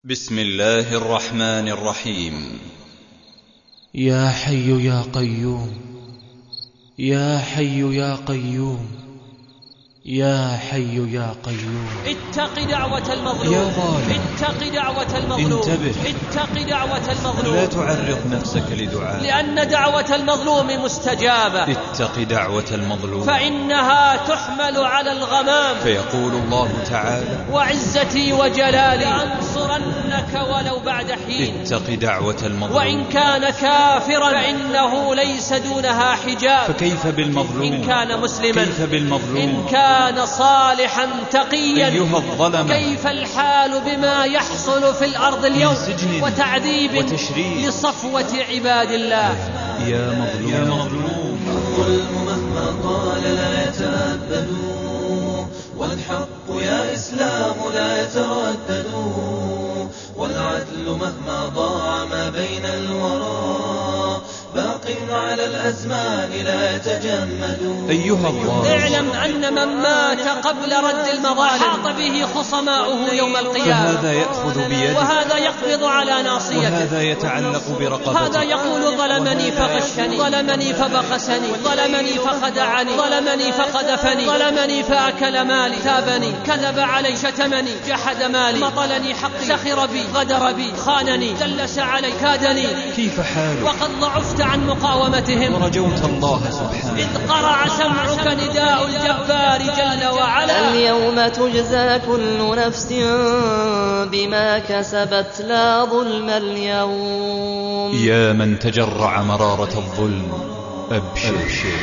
بسم الله الرحمن الرحيم. يا حي يا قيوم، يا حي يا قيوم، يا حي يا قيوم. اتق دعوة المظلوم، يا ظالم، اتق دعوة المظلوم، انتبه، اتق دعوة المظلوم، لا تعرض نفسك لدعاء، لأن دعوة المظلوم مستجابة. اتق دعوة المظلوم، فإنها تحمل على الغمام. فيقول الله تعالى: وعزتي وجلالي لأنصرنك ولو بعد حين. اتق دعوة المظلوم، وإن كان كافرا فإنه ليس دونها حجاب. فكيف بالمظلوم إن كان مسلما، كيف بالمظلوم إن كان صالحا تقيا. أيها الظلمة، كيف الحال بما يحصل في الأرض اليوم من سجن وتعذيب وتشريد لصفوة عباد الله. يا مظلوم، يا مظلوم. الظلم مهما طال لا يتأبد، والحق يا إسلام لا يتردد، والعدل مهما ضاع ما بين الورى باق على الأزمان لا يتجمد. أيها الله، اعلم أن من مات قبل رد المظالم حاط به خصماؤه يوم القيامة، فهذا يأخذ بيده، وهذا يقبض على ناصيته، وهذا يتعلق برقبته، هذا يقول ظلمني فغشني، ظلمني فبخسني، ظلمني فخدعني، ظلمني فقذفني، ظلمني فأكل مالي، تابني، كذب علي، شتمني، جحد مالي، مطلني حقي، سخر بي، غدر بي، خانني، دلس علي، كادني. كيف حالك وقد ضعفت عن مقاومتهم ورجوت الله سبحانه، إذ قرع سمعك نداء الجبار جل وعلا. اليوم تجزى كل نفس بما كسبت لا ظلم اليوم. يا من تجرع مرارة الظلم، أبشر،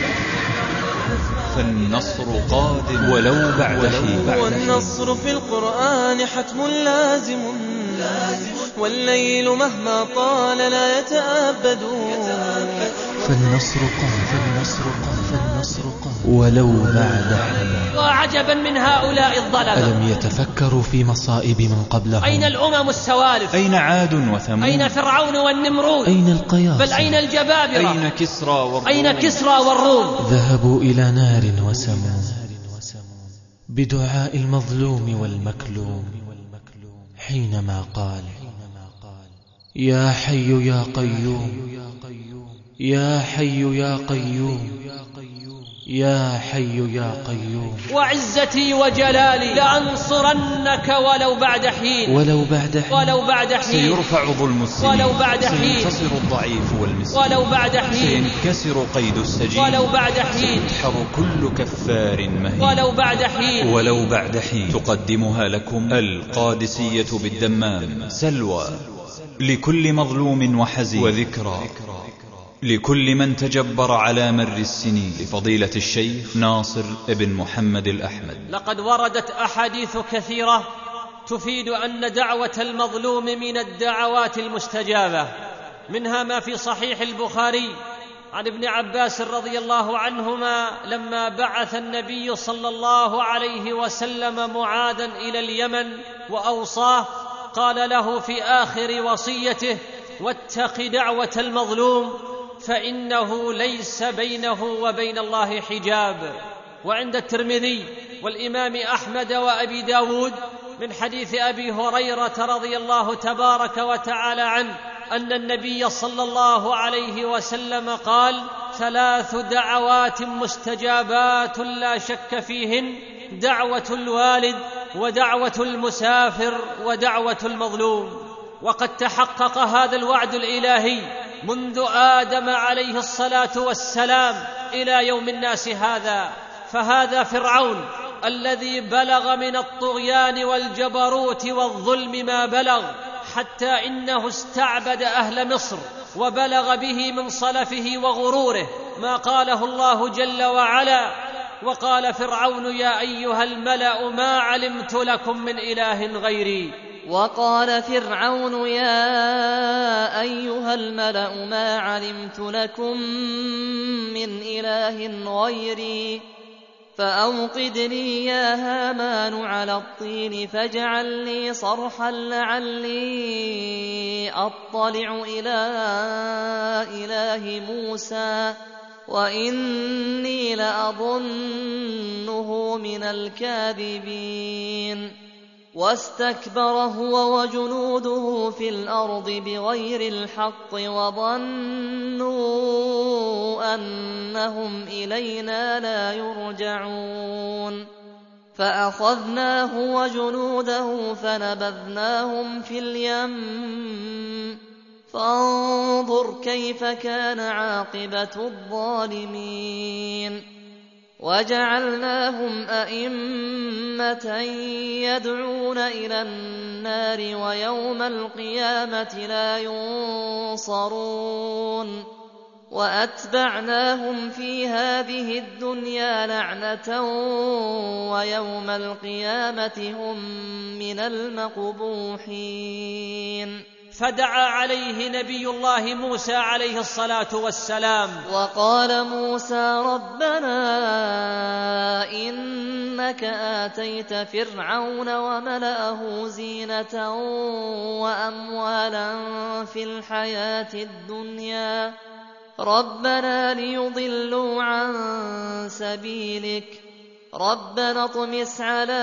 فالنصر قادم ولو بعد حين. والنصر في القرآن حتم لازم، والليل مهما طال لا يتأبد. فالنصر قام، فالنصر قام، فالنصر قام ولو بعد حين. وعجبا من هؤلاء الظلمة، ألم يتفكروا في مصائب من قبلهم؟ أين الأمم السوالف؟ أين عاد وثمود؟ أين فرعون والنمرود؟ أين القياص؟ بل أين الجبابرة؟ أين كسرى والروم؟ أين كسرى والروم؟ ذهبوا إلى نار وسموم بدعاء المظلوم والمكلوم، حينما قال: يا حي يا قيوم، يا حي يا قيوم، يا حي يا قيوم. وعزتي وجلالي لأنصرنك ولو بعد حين، ولو بعد حين، ولو بعد حين، سيرفع ظلم السنين، ولو بعد حين، سينتصر الضعيف والمسكين، ولو بعد حين، سينكسر قيد السجين، ولو بعد حين، سيدحر كل كفار مهين، ولو بعد حين. ولو بعد حين. تقدمها لكم القادسية بالدمام سلوى، لكل مظلوم وحزين، وذكرى لكل من تجبر على مر السنين، لفضيلة الشيخ ناصر ابن محمد الأحمد. لقد وردت أحاديث كثيرة تفيد أن دعوة المظلوم من الدعوات المستجابة، منها ما في صحيح البخاري عن ابن عباس رضي الله عنهما لما بعث النبي صلى الله عليه وسلم معاذا إلى اليمن وأوصاه، قال له في آخر وصيته: واتق دعوة المظلوم فإنه ليس بينه وبين الله حجاب. وعند الترمذي والإمام أحمد وأبي داود من حديث أبي هريرة رضي الله تبارك وتعالى عنه أن النبي صلى الله عليه وسلم قال: 3 دعوات مستجابات لا شك فيهن: دعوة الوالد، ودعوة المسافر، ودعوة المظلوم. وقد تحقق هذا الوعد الإلهي منذ آدم عليه الصلاة والسلام إلى يوم الناس هذا. فهذا فرعون الذي بلغ من الطغيان والجبروت والظلم ما بلغ، حتى إنه استعبد أهل مصر، وبلغ به من صلفه وغروره ما قاله الله جل وعلا: وقال فرعون يا أيها الملأ ما علمت لكم من إله غيري. وقال فرعون يا أيها الملأ ما علمت لكم من إله غيري فأوقد لي يا هامان على الطين فاجعل لي صرحا لعلي أطلع إلى إله موسى وإني لأظنه من الكاذبين. واستكبر هو وجنوده في الأرض بغير الحق وظنوا أنهم إلينا لا يرجعون فأخذناه وجنوده فنبذناهم في اليم فانظر كيف كان عاقبة الظالمين وجعلناهم أئمة يدعون إلى النار ويوم القيامة لا ينصرون وأتبعناهم في هذه الدنيا لعنة ويوم القيامة هم من المقبوحين فدعا عليه نبي الله موسى عليه الصلاة والسلام وقال موسى ربنا إنك آتيت فرعون وملأه زينة وأموالا في الحياة الدنيا ربنا ليضلوا عن سبيلك ربنا اطمس على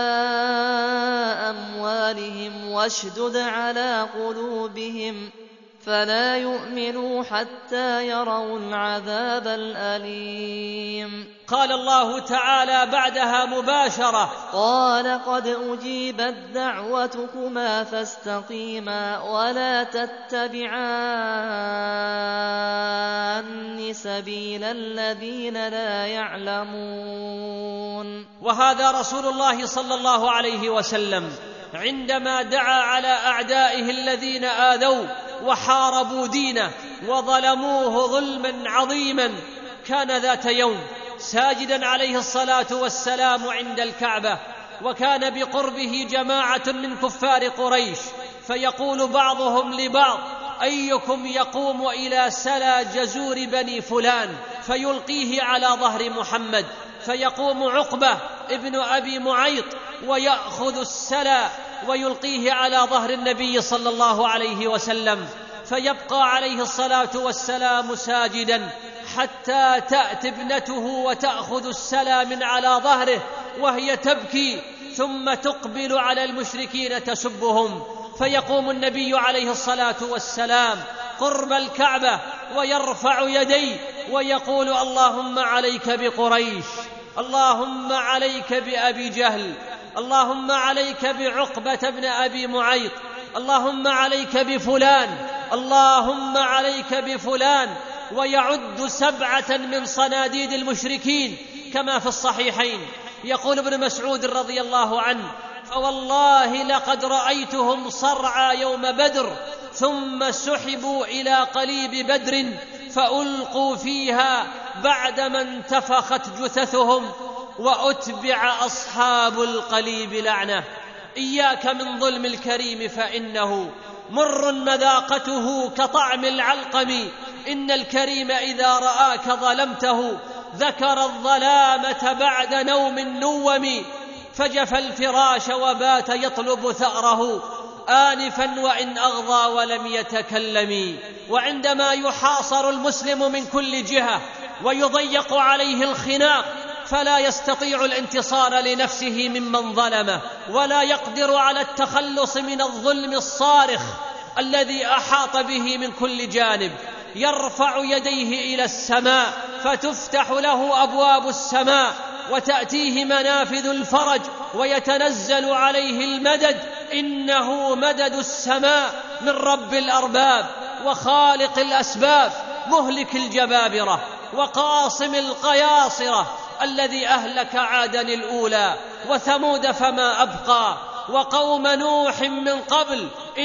أموالهم واشدد على قلوبهم فلا يؤمنوا حتى يروا العذاب الأليم قال الله تعالى بعدها مباشرة قال قد أجيبت دعوتكما فاستقيما ولا تتبعان سبيل الذين لا يعلمون. وهذا رسول الله صلى الله عليه وسلم عندما دعا على أعدائه الذين آذوا وحاربوا دينه وظلموه ظلما عظيما كان ذات يوم ساجدا عليه الصلاة والسلام عند الكعبة وكان بقربه جماعة من كفار قريش فيقول بعضهم لبعض أيكم يقوم إلى سلا جزور بني فلان فيلقيه على ظهر محمد فيقوم عقبة ابن أبي معيط ويأخذ السلا ويلقيه على ظهر النبي صلى الله عليه وسلم فيبقى عليه الصلاة والسلام ساجدا حتى تأتي ابنته وتأخذ السلا من على ظهره وهي تبكي ثم تقبل على المشركين تسبهم فيقوم النبي عليه الصلاة والسلام قرب الكعبة ويرفع يديه ويقول اللهم عليك بقريش اللهم عليك بأبي جهل اللهم عليك بعقبة بن أبي معيط اللهم عليك بفلان اللهم عليك بفلان ويعد 7 من صناديد المشركين كما في الصحيحين. يقول ابن مسعود رضي الله عنه فوالله لقد رأيتهم صرعى يوم بدر ثم سحبوا إلى قليب بدر فألقوا فيها بعدما انتفخت جثثهم وأتبع أصحاب القليب لعنة. إياك من ظلم الكريم فإنه مر مذاقته كطعم العلقم إن الكريم إذا رآك ظلمته ذكر الظلامة بعد نوم النوم فجف الفراش وبات يطلب ثأره آنفا وإن أغضى ولم يتكلم. وعندما يحاصر المسلم من كل جهة ويضيق عليه الخناق فلا يستطيع الانتصار لنفسه ممن ظلمه ولا يقدر على التخلص من الظلم الصارخ الذي أحاط به من كل جانب يرفع يديه إلى السماء فتفتح له أبواب السماء وتأتيه منافذ الفرج ويتنزل عليه المدد إنه مدد السماء من رب الأرباب وخالق الأسباب مهلك الجبابرة وقاصم القياصرة الذي أهلك عادا الأولى وثمود فما أبقى وقوم نوح من قبل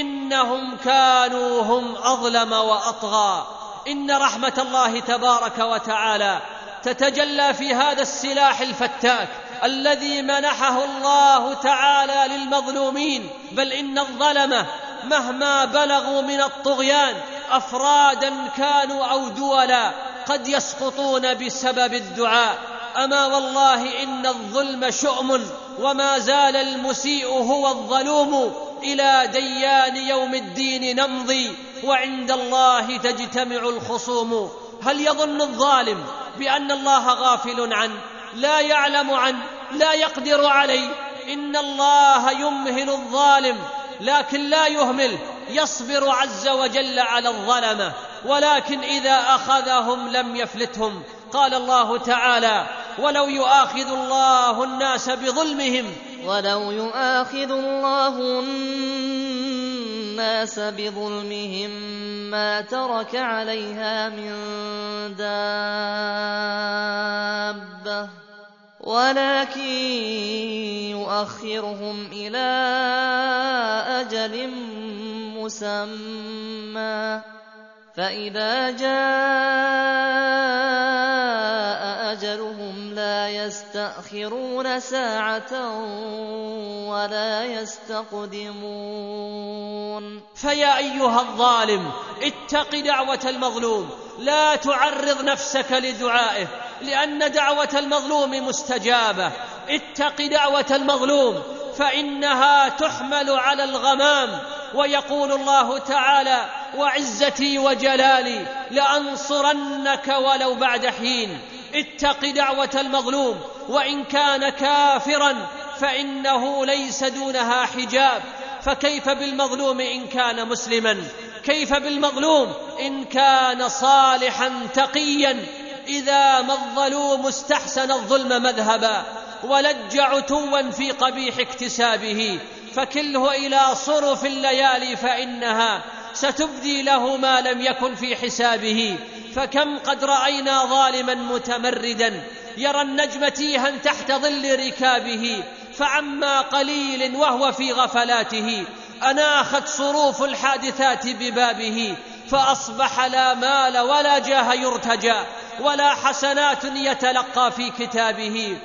إنهم كانوا هم أظلم وأطغى. إن رحمة الله تبارك وتعالى تتجلى في هذا السلاح الفتاك الذي منحه الله تعالى للمظلومين بل إن الظلمة مهما بلغوا من الطغيان أفرادا كانوا أو دولا قد يسقطون بسبب الدعاء. أما والله إن الظلم شؤم وما زال المسيء هو الظلوم إلى ديان يوم الدين نمضي وعند الله تجتمع الخصوم. هل يظن الظالم بأن الله غافل عنه لا يعلم عنه لا يقدر عليه إن الله يمهل الظالم لكن لا يهمل، يصبر عز وجل على الظلمة، ولكن إذا أخذهم لم يفلتهم. قال الله تعالى: ولو يؤاخذ الله الناس بظلمهم ما ترك عليها من دابة ولكن يؤخرهم إلى أجل مسمى فإذا جاء أجلهم لا يستأخرون ساعة ولا يستقدمون. فيا أيها الظالم اتق دعوة المظلوم، لا تعرض نفسك لدعائه، لأن دعوة المظلوم مستجابة. اتق دعوة المظلوم فإنها تحمل على الغمام، ويقول الله تعالى: وعزتي وجلالي لأنصرنك ولو بعد حين. اتق دعوة المظلوم، وإن كان كافرا فإنه ليس دونها حجاب. فكيف بالمظلوم إن كان مسلما؟ كيف بالمظلوم إن كان صالحا تقيا؟ إذا ما الظلوم استحسن الظلم مذهبا ولج عتوا في قبيح اكتسابه، فكله إلى صرف الليالي فإنها ستبدي له ما لم يكن في حسابه. فكم قد رأينا ظالما متمردا يرى النجم تيها تحت ظل ركابه، فعما قليل وهو في غفلاته أناخت صروف الحادثات ببابه، فأصبح لا مال ولا جاه يرتجى ولا حسنات يتلقى في كتابه،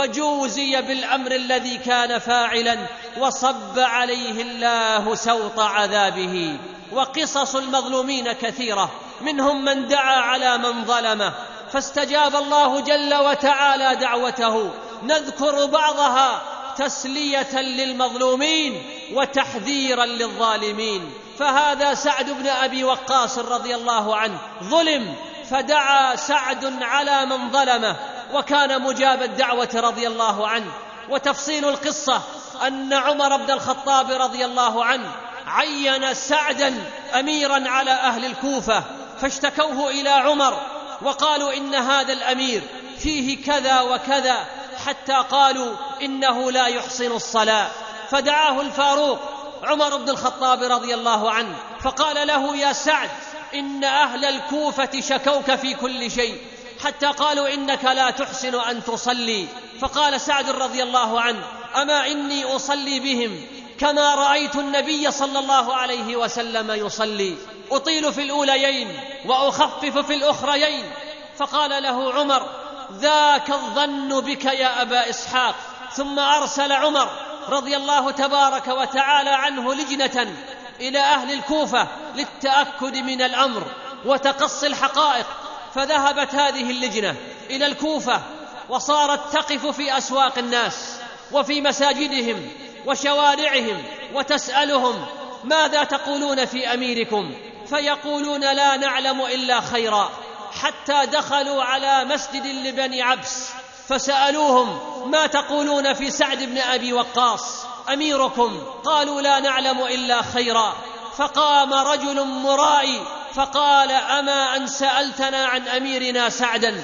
وجوزي بالأمر الذي كان فاعلا وصب عليه الله سوط عذابه. وقصص المظلومين كثيرة، منهم من دعا على من ظلمه فاستجاب الله جل وتعالى دعوته. نذكر بعضها تسلية للمظلومين وتحذيرا للظالمين. فهذا سعد بن أبي وقاص رضي الله عنه ظلم، فدعا سعد على من ظلمه وكان مجاب الدعوة رضي الله عنه. وتفصيل القصة أن عمر بن الخطاب رضي الله عنه عين سعدا أميرا على أهل الكوفة، فاشتكوه إلى عمر وقالوا إن هذا الأمير فيه كذا وكذا، حتى قالوا إنه لا يحسن الصلاة. فدعاه الفاروق عمر بن الخطاب رضي الله عنه فقال له: يا سعد، إن أهل الكوفة شكوك في كل شيء، حتى قالوا إنك لا تحسن أن تصلي. فقال سعد رضي الله عنه: أما إني أصلي بهم كما رأيت النبي صلى الله عليه وسلم يصلي، أطيل في الأوليين وأخفف في الأخريين. فقال له عمر: ذاك الظن بك يا أبا إسحاق. ثم أرسل عمر رضي الله تبارك وتعالى عنه لجنة إلى أهل الكوفة للتأكد من الأمر وتقصي الحقائق. فذهبت هذه اللجنة إلى الكوفة وصارت تقف في أسواق الناس وفي مساجدهم وشوارعهم وتسألهم: ماذا تقولون في أميركم؟ فيقولون: لا نعلم إلا خيرا. حتى دخلوا على مسجد لبني عبس فسألوهم: ما تقولون في سعد بن أبي وقاص أميركم؟ قالوا: لا نعلم إلا خيرا. فقام رجل مرائي فقال: أما أن سألتنا عن أميرنا سعدا،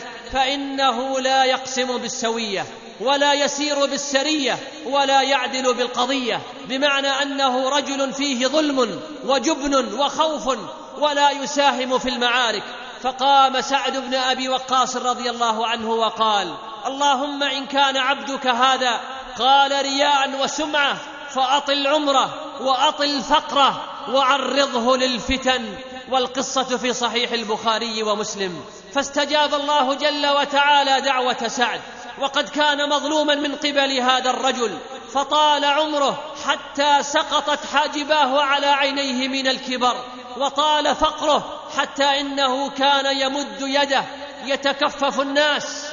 فإنه لا يقسم بالسوية ولا يسير بالسرية ولا يعدل بالقضية، بمعنى أنه رجل فيه ظلم وجبن وخوف ولا يساهم في المعارك. فقام سعد بن أبي وقاص رضي الله عنه وقال: اللهم إن كان عبدك هذا قال رياء وسمعة فأطل عمره وأطل فقره وعرضه للفتن. والقصة في صحيح البخاري ومسلم. فاستجاب الله جل وتعالى دعوة سعد، وقد كان مظلوما من قبل هذا الرجل، فطال عمره حتى سقطت حاجباه على عينيه من الكبر، وطال فقره حتى إنه كان يمد يده يتكفف الناس،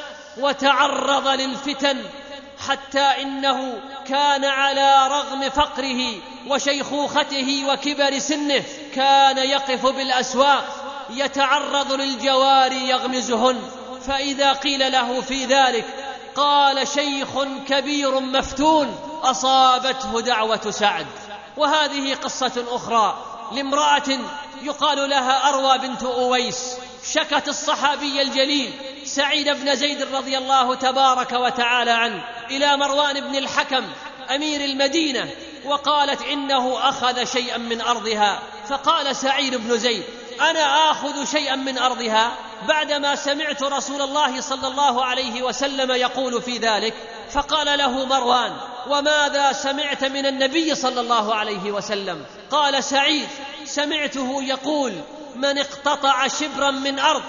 وتعرض للفتن حتى إنه كان على رغم فقره وشيخوخته وكبر سنه كان يقف بالأسواق يتعرض للجواري يغمزهن. فإذا قيل له في ذلك قال: شيخ كبير مفتون أصابته دعوة سعد. وهذه قصة أخرى لامرأة يقال لها أروى بنت أويس، شكت الصحابي الجليل سعيد بن زيد رضي الله تبارك وتعالى عنه إلى مروان بن الحكم أمير المدينة، وقالت إنه أخذ شيئا من أرضها. فقال سعيد بن زيد: أنا آخذ شيئا من أرضها بعدما سمعت رسول الله صلى الله عليه وسلم يقول في ذلك؟ فقال له مروان: وماذا سمعت من النبي صلى الله عليه وسلم؟ قال سعيد: سمعته يقول: من اقتطع شبرا من أرض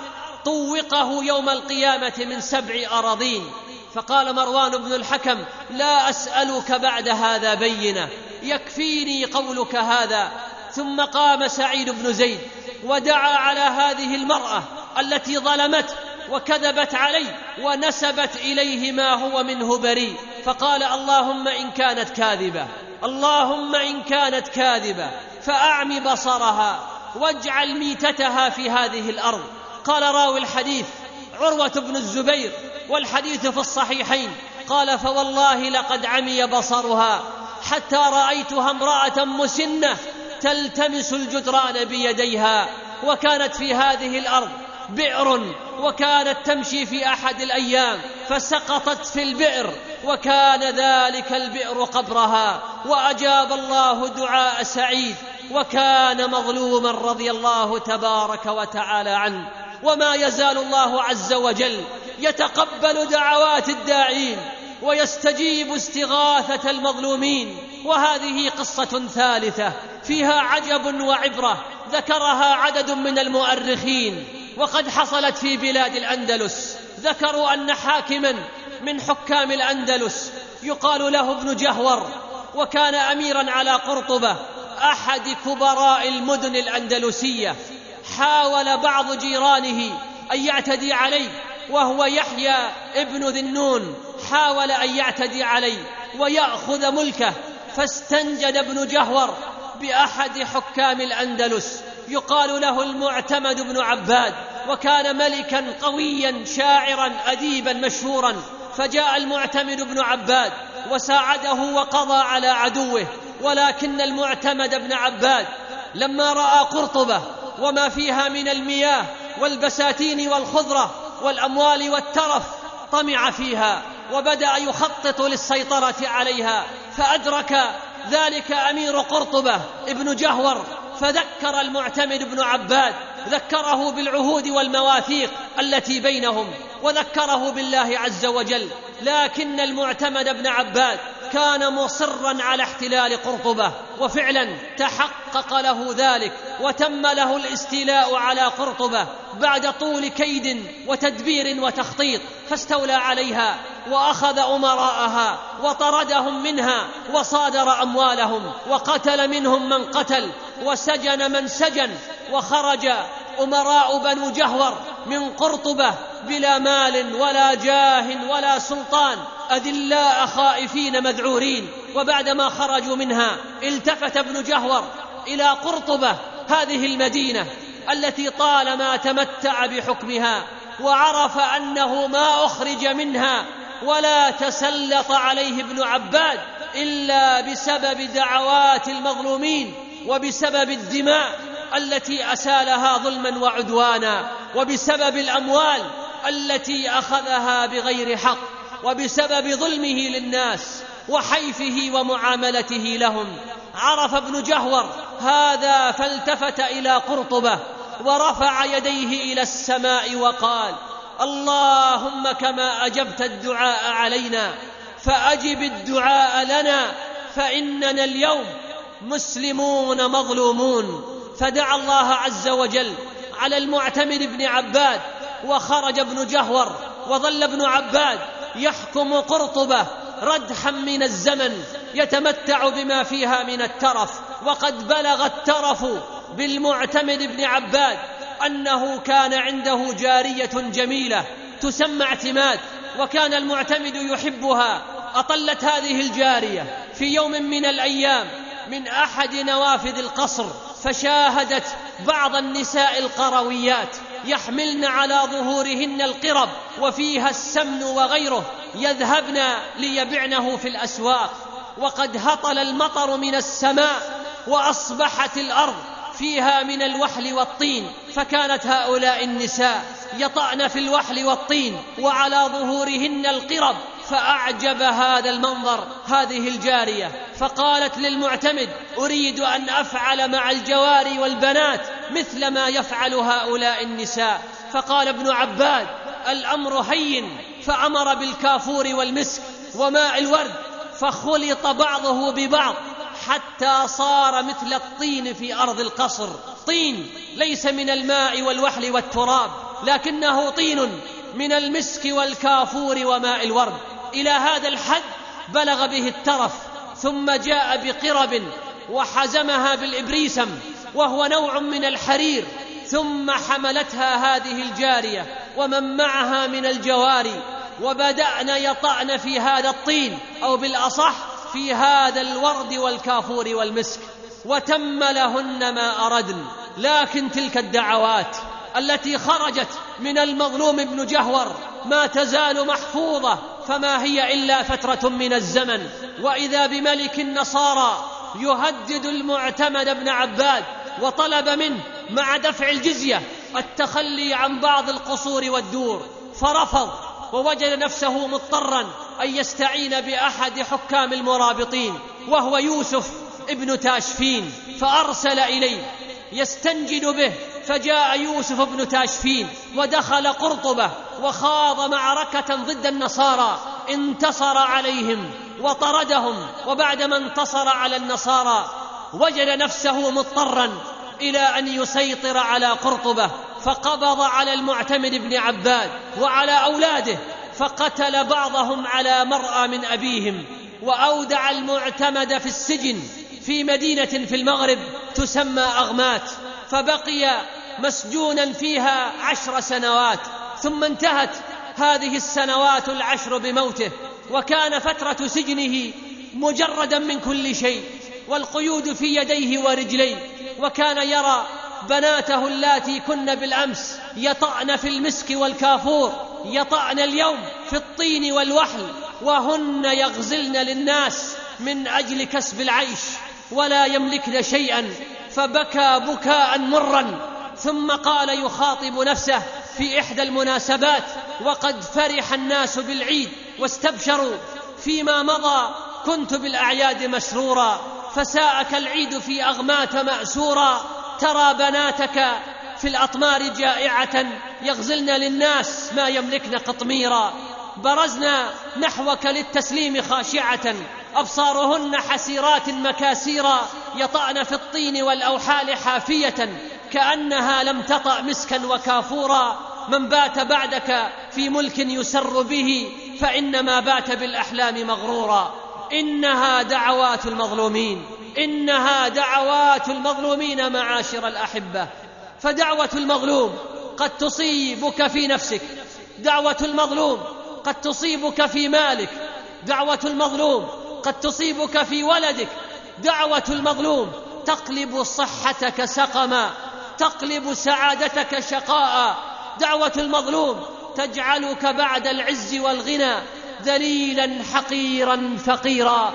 طوقه يوم القيامة من 7 أراضين. فقال مروان بن الحكم: لا أسألك بعد هذا بينة، يكفيني قولك هذا. ثم قام سعيد بن زيد ودعا على هذه المرأة التي ظلمته وكذبت عليه ونسبت إليه ما هو منه بريء، فقال: اللهم إن كانت كاذبة، اللهم إن كانت كاذبة فأعم بصرها واجعل ميتتها في هذه الأرض. قال راوي الحديث عروة بن الزبير، والحديث في الصحيحين، قال: فوالله لقد عمي بصرها حتى رأيتها امرأة مسنة تلتمس الجدران بيديها، وكانت في هذه الأرض بئر، وكانت تمشي في أحد الأيام فسقطت في البئر، وكان ذلك البئر قبرها، وأجاب الله دعاء سعيد، وكان مظلوما رضي الله تبارك وتعالى عنه. وما يزال الله عز وجل يتقبل دعوات الداعين ويستجيب استغاثة المظلومين. وهذه قصة ثالثة فيها عجب وعبرة ذكرها عدد من المؤرخين، وقد حصلت في بلاد الأندلس. ذكروا أن حاكما من حكام الأندلس يقال له ابن جهور، وكان أميرا على قرطبة أحد كبراء المدن الأندلسية. حاول بعض جيرانه أن يعتدي عليه، وهو يحيى ابن ذي النون، حاول أن يعتدي عليه ويأخذ ملكه، فاستنجد ابن جهور بأحد حكام الأندلس يقال له المعتمد بن عباد، وكان ملكا قويا شاعرا أديبا مشهورا. فجاء المعتمد بن عباد وساعده وقضى على عدوه، ولكن المعتمد بن عباد لما رأى قرطبة وما فيها من المياه والبساتين والخضرة والأموال والترف طمع فيها وبدأ يخطط للسيطرة عليها. فأدرك ذلك أمير قرطبة ابن جهور، فذكر المعتمد بن عباد، ذكره بالعهود والمواثيق التي بينهم، وذكره بالله عز وجل. لكن المعتمد بن عباد كان مصرا على احتلال قرطبة، وفعلا تحقق له ذلك، وتم له الاستيلاء على قرطبة بعد طول كيد وتدبير وتخطيط. فاستولى عليها وأخذ أمراءها وطردهم منها وصادر أموالهم، وقتل منهم من قتل وسجن من سجن. وخرج أمراء بنو جهور من قرطبة بلا مال ولا جاه ولا سلطان، أذلاء خائفين مذعورين. وبعدما خرجوا منها التفت ابن جهور إلى قرطبة، هذه المدينة التي طالما تمتع بحكمها، وعرف أنه ما أخرج منها ولا تسلط عليه ابن عباد إلا بسبب دعوات المظلومين، وبسبب الدماء التي أسالها ظلما وعدوانا، وبسبب الأموال التي أخذها بغير حق، وبسبب ظلمه للناس وحيفه ومعاملته لهم. عرف ابن جهور هذا فالتفت إلى قرطبة ورفع يديه إلى السماء وقال: اللهم كما أجبت الدعاء علينا فأجب الدعاء لنا، فإننا اليوم مسلمون مظلومون. فدعا الله عز وجل على المعتمد بن عباد، وخرج ابن جهور، وظل ابن عباد يحكم قرطبة ردحا من الزمن، يتمتع بما فيها من الترف. وقد بلغ الترف بالمعتمد بن عباد أنه كان عنده جارية جميلة تسمى اعتماد، وكان المعتمد يحبها. أطلت هذه الجارية في يوم من الأيام من أحد نوافذ القصر، فشاهدت بعض النساء القرويات يحملن على ظهورهن القرب وفيها السمن وغيره، يذهبن ليبعنه في الأسواق. وقد هطل المطر من السماء وأصبحت الأرض فيها من الوحل والطين، فكانت هؤلاء النساء يطعن في الوحل والطين وعلى ظهورهن القرب، فأعجب هذا المنظر هذه الجارية، فقالت للمعتمد: أريد أن أفعل مع الجواري والبنات مثل ما يفعل هؤلاء النساء. فقال ابن عباد: الأمر هين، فأمر بالكافور والمسك وماء الورد، فخلط بعضه ببعض حتى صار مثل الطين في أرض القصر. طين ليس من الماء والوحل والتراب، لكنه طين من المسك والكافور وماء الورد. إلى هذا الحد بلغ به الترف، ثم جاء بقرب وحزمها بالإبريسم وهو نوع من الحرير، ثم حملتها هذه الجارية ومن معها من الجواري، وبدأن يطعن في هذا الطين، أو بالأصح في هذا الورد والكافور والمسك، وتم لهن ما أردن. لكن تلك الدعوات التي خرجت من المظلوم بن جهور ما تزال محفوظة، فما هي إلا فترة من الزمن، وإذا بملك النصارى يهدد المعتمد بن عباد، وطلب منه مع دفع الجزية التخلي عن بعض القصور والدور، فرفض، ووجد نفسه مضطرا أن يستعين بأحد حكام المرابطين وهو يوسف ابن تاشفين، فأرسل إليه يستنجد به. فجاء يوسف ابن تاشفين ودخل قرطبة وخاض معركة ضد النصارى، انتصر عليهم وطردهم، وبعدما انتصر على النصارى وجد نفسه مضطرا إلى أن يسيطر على قرطبة، فقبض على المعتمد بن عباد وعلى أولاده، فقتل بعضهم على مرأى من أبيهم، وأودع المعتمد في السجن في مدينة في المغرب تسمى أغمات، فبقي مسجونا فيها 10 سنوات، ثم انتهت هذه السنوات 10 بموته، وكان فترة سجنه مجردا من كل شيء، والقيود في يديه ورجليه، وكان يرى بناته اللاتي كن بالأمس يطعن في المسك والكافور يطعن اليوم في الطين والوحل، وهن يغزلن للناس من أجل كسب العيش ولا يملكن شيئا، فبكى بكاء مرا، ثم قال يخاطب نفسه في إحدى المناسبات وقد فرح الناس بالعيد واستبشروا: فيما مضى كنت بالأعياد مسرورا، فساءك العيد في أغمات مأسورا، ترى بناتك في الأطمار جائعة يغزلن للناس ما يملكن قطميرا، برزنا نحوك للتسليم خاشعة، أبصارهن حسيرات مكاسيرا، يطعن في الطين والأوحال حافية كأنها لم تطأ مسكا وكافورا، من بات بعدك في ملك يسر به فإنما بات بالأحلام مغرورا. إنها دعوات المظلومين، إنها دعوات المظلومين معاشر الأحبة، فدعوة المظلوم قد تصيبك في نفسك، دعوة المظلوم قد تصيبك في مالك، دعوة المظلوم قد تصيبك في ولدك، دعوة المظلوم تقلب صحتك سقما، تقلب سعادتك شقاء، دعوة المظلوم تجعلك بعد العز والغنى ذليلا حقيرا فقيرا،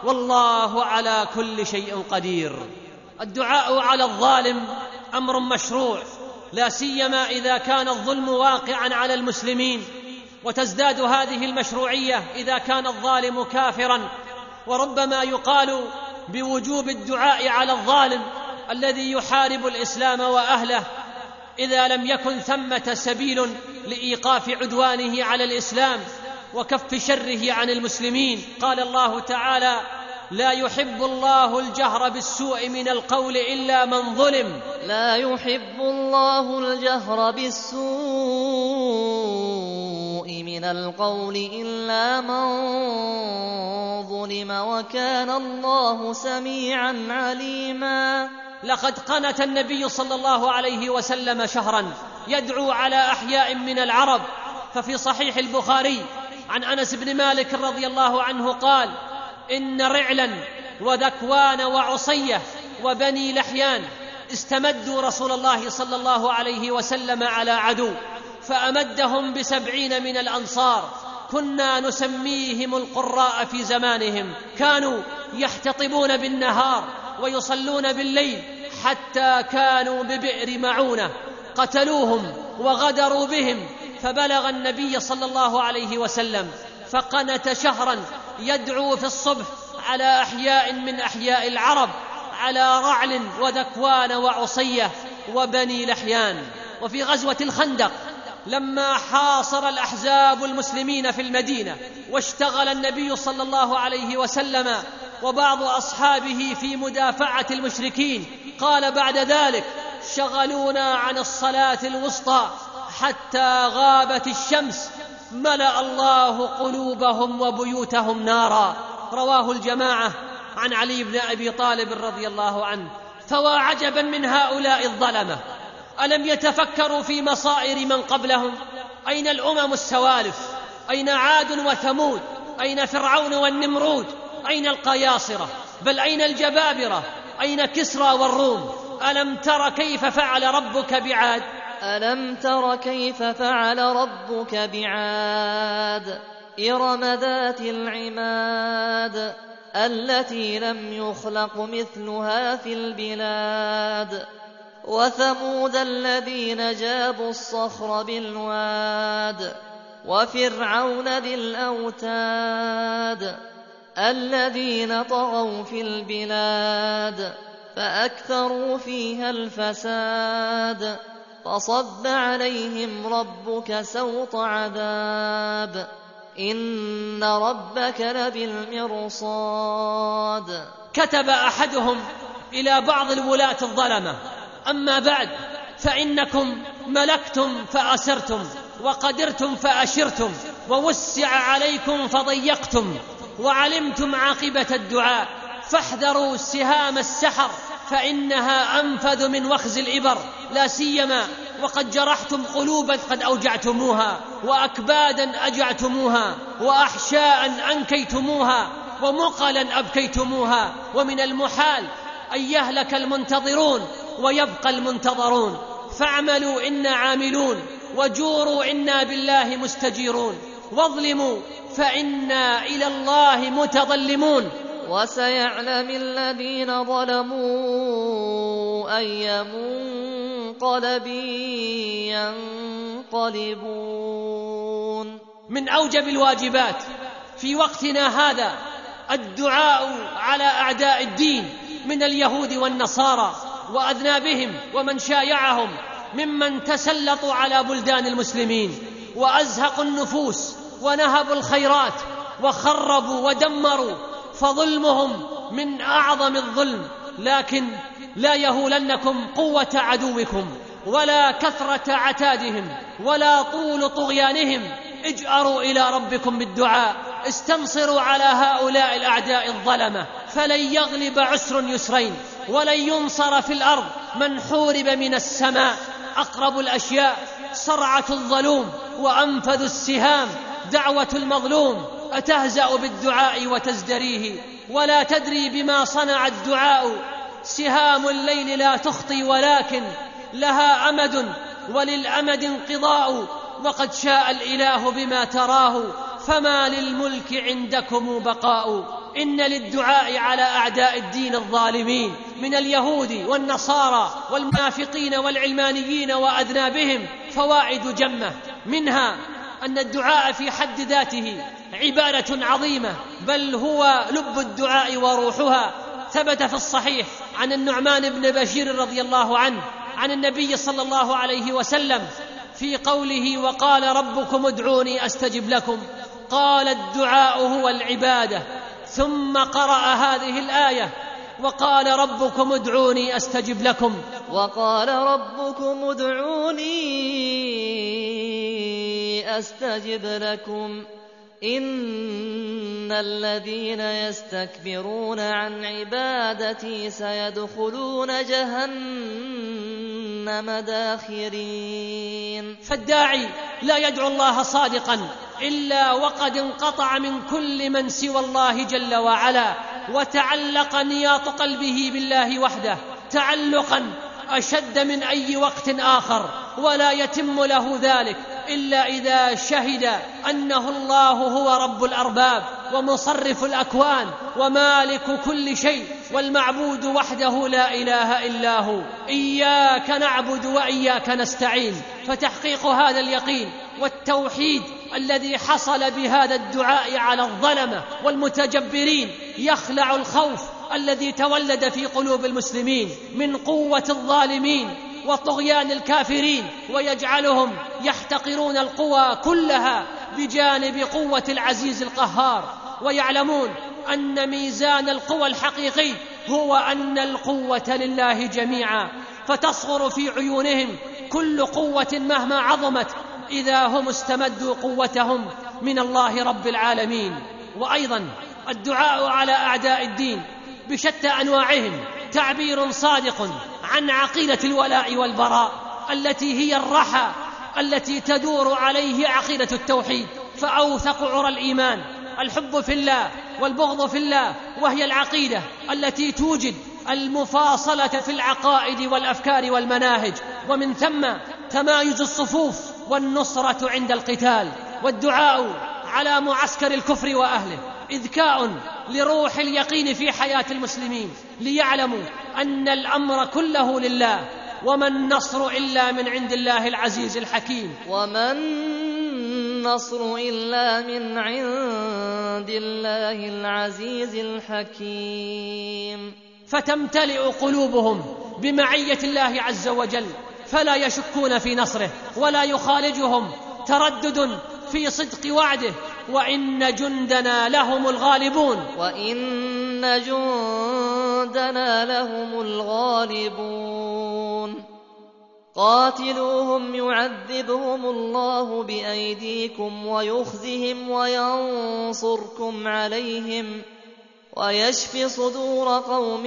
والله على كل شيء قدير. الدعاء على الظالم أمر مشروع، لا سيما إذا كان الظلم واقعا على المسلمين، وتزداد هذه المشروعية إذا كان الظالم كافرا، وربما يقال بوجوب الدعاء على الظالم الذي يحارب الإسلام وأهله إذا لم يكن ثمة سبيل لإيقاف عدوانه على الإسلام وكف شره عن المسلمين. قال الله تعالى: لا يحب الله الجهر بالسوء من القول إلا من ظلم. لا يحب الله الجهر بالسوء من القول إلا من ظلم، وكان الله سميعا عليما. لقد قنت النبي صلى الله عليه وسلم شهرا يدعو على أحياء من العرب، ففي صحيح البخاري عن أنس بن مالك رضي الله عنه قال: إن رعلا وذكوان وعصية وبني لحيان استمدوا رسول الله صلى الله عليه وسلم على عدو، فأمدهم ب70 من الأنصار، كنا نسميهم القراء في زمانهم، كانوا يحتطبون بالنهار ويصلون بالليل، حتى كانوا ببئر معونة قتلوهم وغدروا بهم، فبلغ النبي صلى الله عليه وسلم فقنت شهرا يدعو في الصبح على أحياء من أحياء العرب، على رعل وذكوان وعصية وبني لحيان. وفي غزوة الخندق لما حاصر الأحزاب المسلمين في المدينة واشتغل النبي صلى الله عليه وسلم وبعض أصحابه في مدافعة المشركين، قال بعد ذلك: شغلونا عن الصلاة الوسطى حتى غابت الشمس، ملأ الله قلوبهم وبيوتهم نارا. رواه الجماعة عن علي بن أبي طالب رضي الله عنه. فوا عجبا من هؤلاء الظلمة، ألم يتفكروا في مصائر من قبلهم؟ أين الأمم السوالف؟ أين عاد وثمود؟ أين فرعون والنمرود؟ أين القياصرة؟ بل أين الجبابرة؟ أين كسرى والروم؟ ألم تر كيف فعل ربك بعاد؟ ألم تر كيف فعل ربك بعاد إرم ذات العماد التي لم يخلق مثلها في البلاد وثمود الذين جابوا الصخر بالواد وفرعون ذي الأوتاد الذين طغوا في البلاد فأكثروا فيها الفساد فصب عليهم ربك سوط عذاب إن ربك لبالمرصاد. كتب أحدهم إلى بعض الولاة الظلمة: أما بعد فإنكم ملكتم فأسرتم، وقدرتم فأشرتم، ووسع عليكم فضيقتم، وعلمتم عاقبة الدعاء، فاحذروا سهام السحر فإنها أنفذ من وخز الإبر، لا سيما وقد جرحتم قلوبا قد أوجعتموها، وأكبادا أجعتموها، وأحشاء أنكيتموها، ومقلا أبكيتموها، ومن المحال أن يهلك المنتظرون ويبقى المنتظرون. فاعملوا إنا عاملون، وجوروا إنا بالله مستجيرون، واظلموا فإنا إلى الله متظلمون. وسيعلم الذين ظلموا أي منقلب ينقلبون. من أوجب الواجبات في وقتنا هذا الدعاء على أعداء الدين من اليهود والنصارى وأذنابهم ومن شايعهم ممن تسلطوا على بلدان المسلمين وأزهقوا النفوس ونهبوا الخيرات وخربوا ودمروا، فظلمهم من أعظم الظلم. لكن لا يهولنكم قوة عدوكم ولا كثرة عتادهم ولا طول طغيانهم. اجأروا إلى ربكم بالدعاء، استنصروا على هؤلاء الأعداء الظلمة، فلن يغلب عسر يسرين، ولن ينصر في الأرض من حورب من السماء. أقرب الأشياء صرعة الظلوم، وأنفذ السهام دعوة المظلوم. أتهزأ بالدعاء وتزدريه، ولا تدري بما صنع الدعاء. سهام الليل لا تخطي، ولكن لها أمد وللأمد انقضاء. وقد شاء الإله بما تراه، فما للملك عندكم بقاء. إن للدعاء على أعداء الدين الظالمين من اليهود والنصارى والمنافقين والعلمانيين وأذنابهم فوائد جمة، منها أن الدعاء في حد ذاته عبادة عظيمة، بل هو لب الدعاء وروحها. ثبت في الصحيح عن النعمان بن بشير رضي الله عنه عن النبي صلى الله عليه وسلم في قوله: وقال ربكم ادعوني أستجب لكم، قال: الدعاء هو العبادة. ثم قرأ هذه الآية: وقال ربكم ادعوني أستجب لكم. وقال ربكم ادعوني أستجب لكم إن الذين يستكبرون عن عبادتي سيدخلون جهنم داخرين. فالداعي لا يدعو الله صادقا إلا وقد انقطع من كل من سوى الله جل وعلا، وتعلق نياط قلبه بالله وحده تعلقا أشد من أي وقت آخر، ولا يتم له ذلك إلا إذا شهد أنه الله هو رب الأرباب ومصرف الأكوان ومالك كل شيء والمعبود وحده لا إله إلا هو. إياك نعبد وإياك نستعين. فتحقيق هذا اليقين والتوحيد الذي حصل بهذا الدعاء على الظلمة والمتجبرين يخلع الخوف الذي تولد في قلوب المسلمين من قوة الظالمين وطغيان الكافرين، ويجعلهم يحتقرون القوى كلها بجانب قوة العزيز القهار، ويعلمون أن ميزان القوى الحقيقي هو أن القوة لله جميعا، فتصغر في عيونهم كل قوة مهما عظمت إذا هم استمدوا قوتهم من الله رب العالمين. وأيضا الدعاء على أعداء الدين بشتى أنواعهم تعبير صادق عن عقيدة الولاء والبراء التي هي الرحى التي تدور عليه عقيدة التوحيد. فأوثق عرى الإيمان الحب في الله والبغض في الله، وهي العقيدة التي توجد المفاصلة في العقائد والأفكار والمناهج، ومن ثم تمايز الصفوف والنصرة عند القتال. والدعاء على معسكر الكفر وأهله إذكاء لروح اليقين في حياة المسلمين ليعلموا أن الأمر كله لله، وما النصر إلا من عند الله العزيز الحكيم. وما النصر إلا من عند الله العزيز الحكيم. فتمتلئ قلوبهم بمعية الله عز وجل فلا يشكون في نصره ولا يخالجهم تردد في صدق وعده. وإن جندنا لهم الغالبون. وإن جندنا لهم الغالبون. قاتلوهم يعذبهم الله بأيديكم ويخزهم وينصركم عليهم ويشفي صدور قوم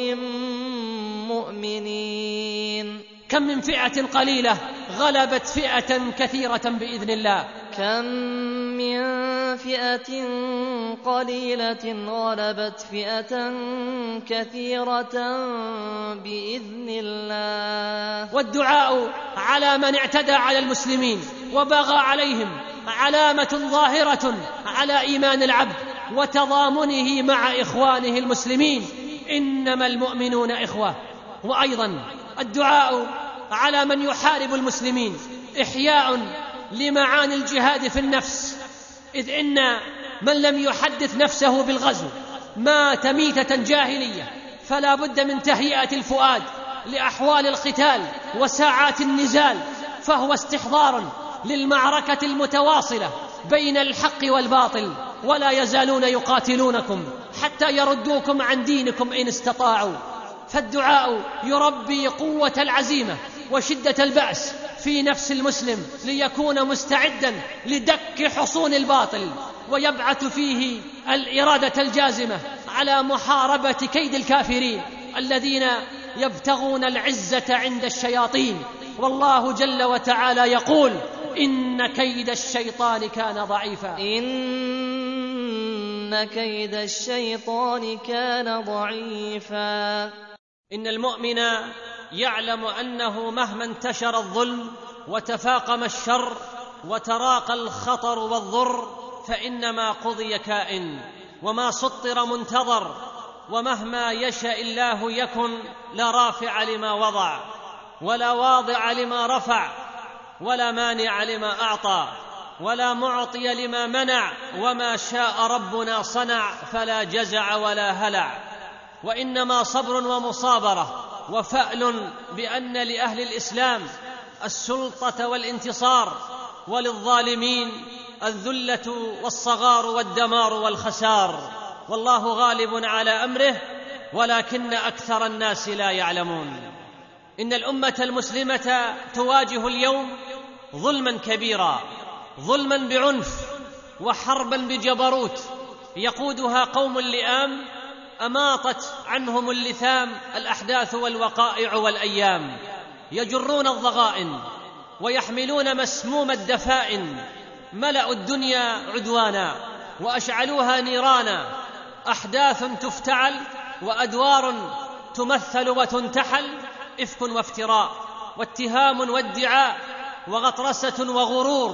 مؤمنين. كم من فئة قليلة غلبت فئة كثيرة بإذن الله. كم من فئة قليلة غلبت فئة كثيرة بإذن الله. والدعاء على من اعتدى على المسلمين وبغى عليهم علامة ظاهرة على إيمان العبد وتضامنه مع إخوانه المسلمين، إنما المؤمنون إخوة. وأيضا الدعاء على من يحارب المسلمين إحياء لمعاني الجهاد في النفس، إذ إن من لم يحدث نفسه بالغزو مات ميتة جاهلية، فلا بد من تهيئة الفؤاد لأحوال القتال وساعات النزال، فهو استحضار للمعركة المتواصلة بين الحق والباطل، ولا يزالون يقاتلونكم حتى يردوكم عن دينكم إن استطاعوا. فالدعاء يربي قوة العزيمة وشدة البأس في نفس المسلم ليكون مستعدا لدك حصون الباطل، ويبعث فيه الإرادة الجازمة على محاربة كيد الكافرين الذين يبتغون العزة عند الشياطين. والله جل وتعالى يقول: إن كيد الشيطان كان ضعيفا. إن كيد الشيطان كان ضعيفا. إن المؤمن يعلم أنه مهما انتشر الظلم وتفاقم الشر وتراقى الخطر والضر فإنما قضي كائن، وما سطر منتظر، ومهما يشاء الله يكن، لا رافع لما وضع ولا واضع لما رفع ولا مانع لما أعطى ولا معطي لما منع، وما شاء ربنا صنع، فلا جزع ولا هلع. وإنما صبر ومصابرة وفأل بأن لأهل الإسلام السلطة والانتصار، وللظالمين الذلة والصغار والدمار والخسار. والله غالب على أمره ولكن أكثر الناس لا يعلمون. إن الأمة المسلمة تواجه اليوم ظلما كبيرا، ظلما بعنف وحربا بجبروت يقودها قوم لئام أماطت عنهم اللثام الأحداث والوقائع والأيام، يجرون الضغائن ويحملون مسموم الدفائن، ملأوا الدنيا عدوانا وأشعلوها نيرانا، أحداث تفتعل وأدوار تمثل وتنتحل، إفك وافتراء واتهام وادعاء وغطرسة وغرور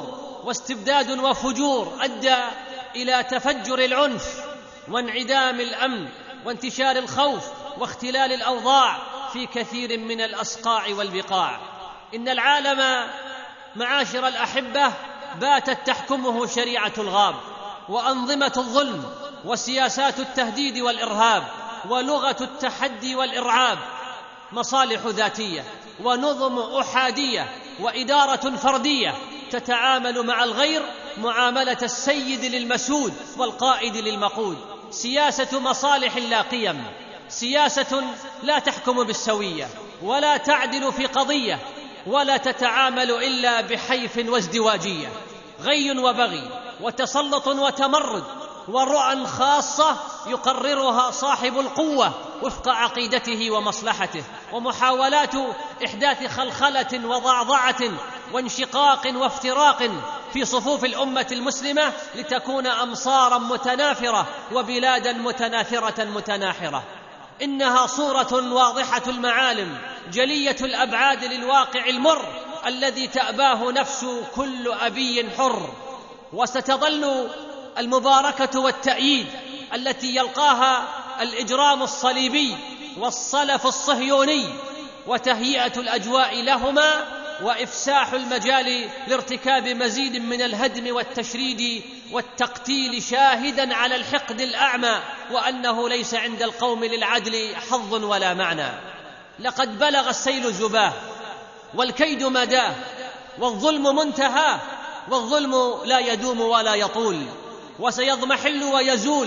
واستبداد وفجور أدى إلى تفجر العنف وانعدام الأمن وانتشار الخوف واختلال الأوضاع في كثير من الأصقاع والبقاع. إن العالم معاشر الأحبة باتت تحكمه شريعة الغاب وأنظمة الظلم وسياسات التهديد والإرهاب ولغة التحدي والإرعاب، مصالح ذاتية ونظم أحادية وإدارة فردية تتعامل مع الغير معاملة السيد للمسود والقائد للمقود، سياسة مصالح لا قيم، سياسة لا تحكم بالسوية ولا تعدل في قضية ولا تتعامل إلا بحيف وازدواجية، غي وبغي وتسلط وتمرد ورؤى خاصة يقررها صاحب القوة وفق عقيدته ومصلحته، ومحاولات إحداث خلخلة وضعضعة وانشقاق وافتراق في صفوف الأمة المسلمة لتكون أمصارا متنافرة وبلادا متناثرة متناحرة. إنها صورة واضحة المعالم جلية الأبعاد للواقع المر الذي تأباه نفس كل أبي حر، وستظل المباركة والتأييد التي يلقاها الإجرام الصليبي والصلف الصهيوني وتهيئة الأجواء لهما وإفساح المجال لارتكاب مزيد من الهدم والتشريد والتقتيل شاهدا على الحقد الأعمى وأنه ليس عند القوم للعدل حظ ولا معنى. لقد بلغ السيل زباه والكيد مداه والظلم منتهاه، والظلم لا يدوم ولا يطول وسيضمحل ويزول،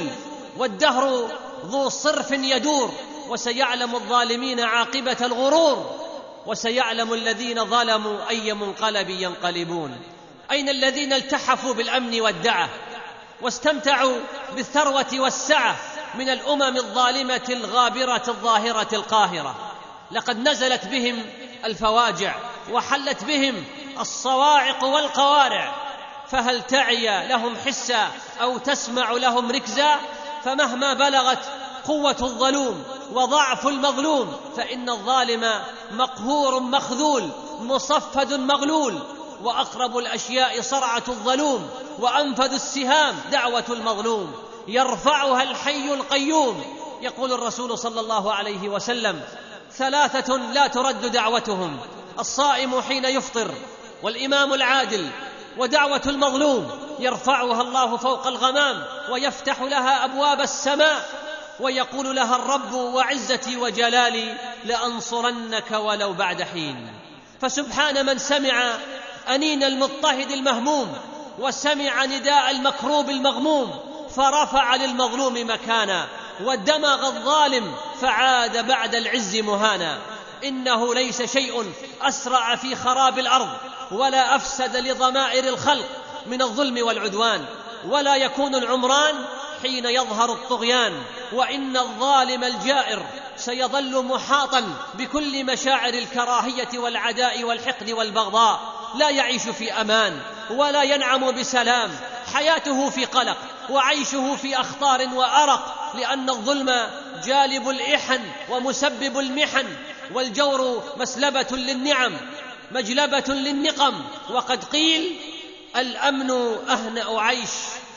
والدهر ذو صرف يدور، وسيعلم الظالمين عاقبة الغرور، وسيعلم الذين ظلموا أي منقلب ينقلبون. أين الذين التحفوا بالأمن والدعة واستمتعوا بالثروة والسعة من الأمم الظالمة الغابرة الظاهرة القاهرة؟ لقد نزلت بهم الفواجع وحلت بهم الصواعق والقوارع، فهل تعي لهم حسا أو تسمع لهم ركزا؟ فمهما بلغت قوة الظلوم وضعف المظلوم فإن الظالم مقهور مخذول مصفد مغلول، وأقرب الأشياء صرعة الظلوم وأنفذ السهام دعوة المظلوم يرفعها الحي القيوم. يقول الرسول صلى الله عليه وسلم: ثلاثة لا ترد دعوتهم: الصائم حين يفطر، والإمام العادل، ودعوة المظلوم يرفعها الله فوق الغمام ويفتح لها أبواب السماء ويقول لها الرب: وعزتي وجلالي لأنصرنك ولو بعد حين. فسبحان من سمع أنين المضطهد المهموم وسمع نداء المكروب المغموم فرفع للمظلوم مكانا ودمغ الظالم فعاد بعد العز مهانا. إنه ليس شيء أسرع في خراب الأرض ولا أفسد لضمائر الخلق من الظلم والعدوان، ولا يكون العمران حين يظهر الطغيان، وإن الظالم الجائر سيظل محاطا بكل مشاعر الكراهية والعداء والحقد والبغضاء، لا يعيش في أمان ولا ينعم بسلام، حياته في قلق وعيشه في أخطار وأرق، لأن الظلم جالب الإحن ومسبب المحن، والجور مسلبة للنعم مجلبة للنقم. وقد قيل: الأمن أهنأ عيش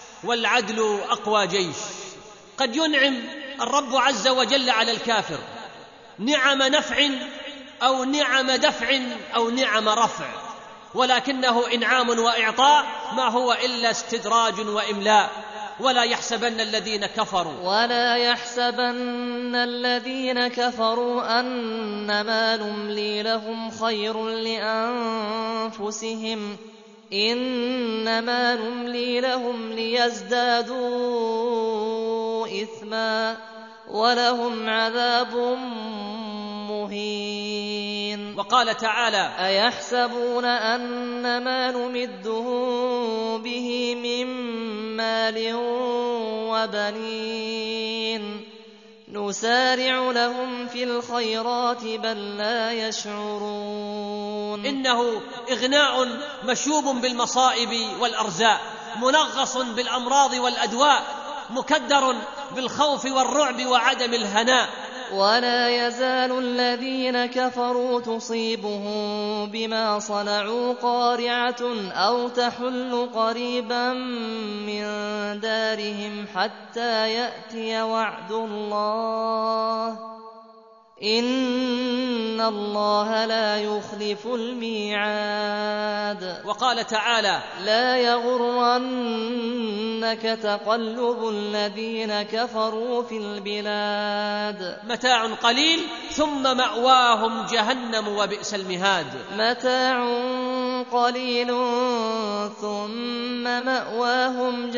والعدل أقوى جيش. قد ينعم الرب عز وجل على الكافر نعم نفع أو نعم دفع أو نعم رفع، ولكنه إنعام وإعطاء ما هو إلا استدراج وإملاء. ولا يحسبن الذين كفروا أنما نملي لهم خير لأنفسهم، إنما نملي لهم ليزدادوا إثما ولهم عذاب مهين. وقال تعالى: أيحسبون أنما نمدهم به من مال وبنين نسارع لهم في الخيرات بل لا يشعرون. إنه إغناء مشوب بالمصائب والأرزاق، منغص بالأمراض والأدواء، مكدر بالخوف والرعب وعدم الهناء، ولا يزال الذين كفروا تصيبهم بما صنعوا قارعة أو تحل قريبا من دارهم حتى يأتي وعد الله إن الله لا يخلف الميعاد. وقال تعالى: لا يغرنك تقلب الذين كفروا في البلاد متاع قليل ثم مأواهم جهنم وبئس المهاد. متاع قليل ثم مأواهم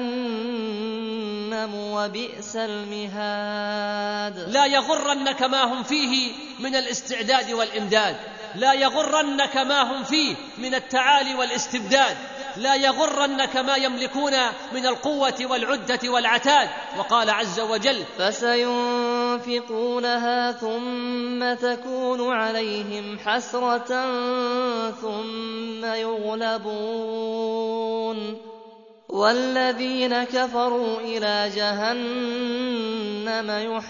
جهنم وبئس المهاد. لا يغرنك ما هم فيه من الاستعداد والإمداد، لا يغرنك ما هم فيه من التعالي والاستبداد، لا يغرنك ما يملكون من القوة والعدة والعتاد. وقال عز وجل: فسينفقونها ثم تكون عليهم حسرة ثم يغلبون والذين كفروا إلى جهنم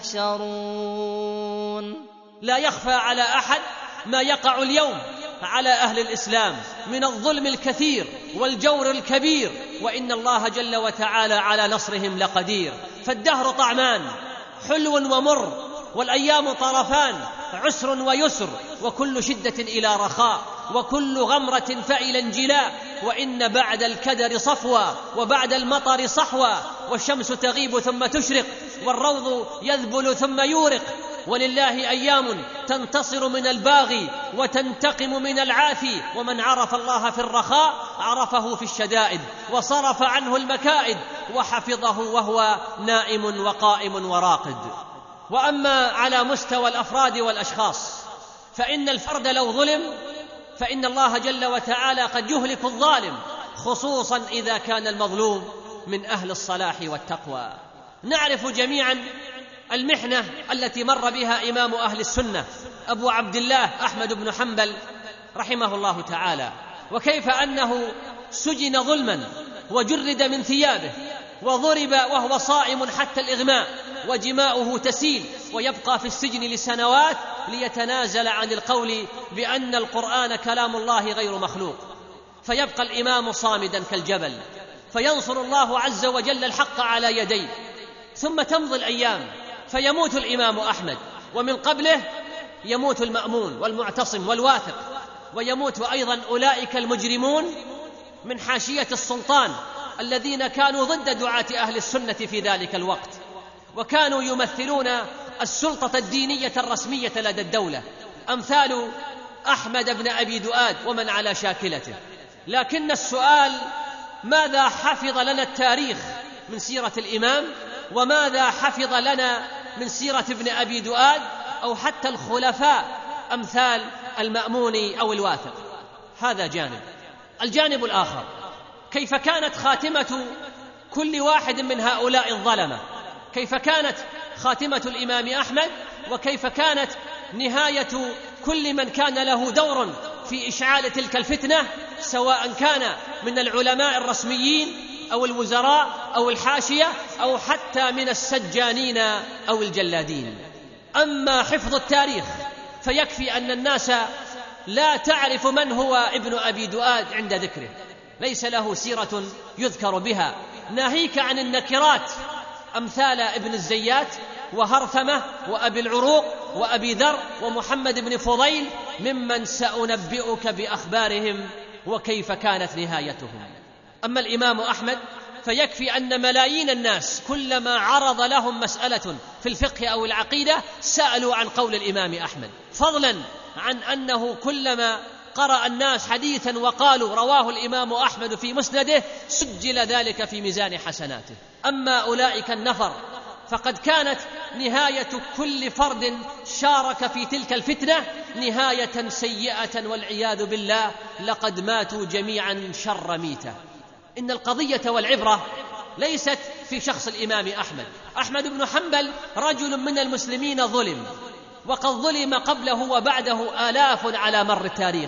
يحشرون. لا يخفى على أحد ما يقع اليوم على أهل الإسلام من الظلم الكثير والجور الكبير، وإن الله جل وتعالى على نصرهم لقدير. فالدهر طعمان، حلو ومر، والأيام طرفان، عسر ويسر، وكل شدة إلى رخاء، وكل غمرة فإلى انجلاء، وإن بعد الكدر صفوى وبعد المطر صحوى، والشمس تغيب ثم تشرق، والروض يذبل ثم يورق، ولله أيام تنتصر من الباغي وتنتقم من العاثي. ومن عرف الله في الرخاء عرفه في الشدائد، وصرف عنه المكائد، وحفظه وهو نائم وقائم وراقد. وأما على مستوى الأفراد والأشخاص، فإن الفرد لو ظلم فإن الله جل وتعالى قد يهلك الظالم، خصوصا إذا كان المظلوم من أهل الصلاح والتقوى. نعرف جميعا المحنة التي مر بها إمام أهل السنة أبو عبد الله أحمد بن حنبل رحمه الله تعالى، وكيف أنه سجن ظلما وجرد من ثيابه وضرب وهو صائم حتى الإغماء، وجماؤه تسيل، ويبقى في السجن لسنوات ليتنازل عن القول بأن القرآن كلام الله غير مخلوق. فيبقى الإمام صامدا كالجبل، فينصر الله عز وجل الحق على يديه. ثم تمضي الأيام فيموت الإمام أحمد، ومن قبله يموت المأمون والمعتصم والواثق، ويموت أيضا أولئك المجرمون من حاشية السلطان الذين كانوا ضد دعاة أهل السنة في ذلك الوقت، وكانوا يمثلون السلطة الدينية الرسمية لدى الدولة، أمثال أحمد بن أبي دؤاد ومن على شاكلته. لكن السؤال: ماذا حفظ لنا التاريخ من سيرة الإمام؟ وماذا حفظ لنا من سيرة ابن أبي دؤاد أو حتى الخلفاء أمثال المأمون أو الواثق؟ هذا جانب. الجانب الآخر: كيف كانت خاتمة كل واحد من هؤلاء الظلمة؟ كيف كانت خاتمة الإمام أحمد؟ وكيف كانت نهاية كل من كان له دور في إشعال تلك الفتنة، سواء كان من العلماء الرسميين أو الوزراء أو الحاشية أو حتى من السجانين أو الجلادين؟ أما حفظ التاريخ فيكفي أن الناس لا تعرف من هو ابن أبي دؤاد عند ذكره، ليس له سيرة يذكر بها، ناهيك عن النكرات أمثال ابن الزيات وهرثمة وأبي العروق وأبي ذر ومحمد بن فضيل، ممن سأنبئك بأخبارهم وكيف كانت نهايتهم. أما الإمام أحمد فيكفي أن ملايين الناس كلما عرض لهم مسألة في الفقه أو العقيدة سألوا عن قول الإمام أحمد، فضلا عن أنه كلما قرأ الناس حديثا وقالوا رواه الإمام أحمد في مسنده سجل ذلك في ميزان حسناته. أما أولئك النفر فقد كانت نهاية كل فرد شارك في تلك الفتنة نهاية سيئة والعياذ بالله، لقد ماتوا جميعا شر ميتة. إن القضية والعبرة ليست في شخص الإمام أحمد بن حنبل رجل من المسلمين ظلم، وقد ظلم قبله وبعده آلاف على مر التاريخ،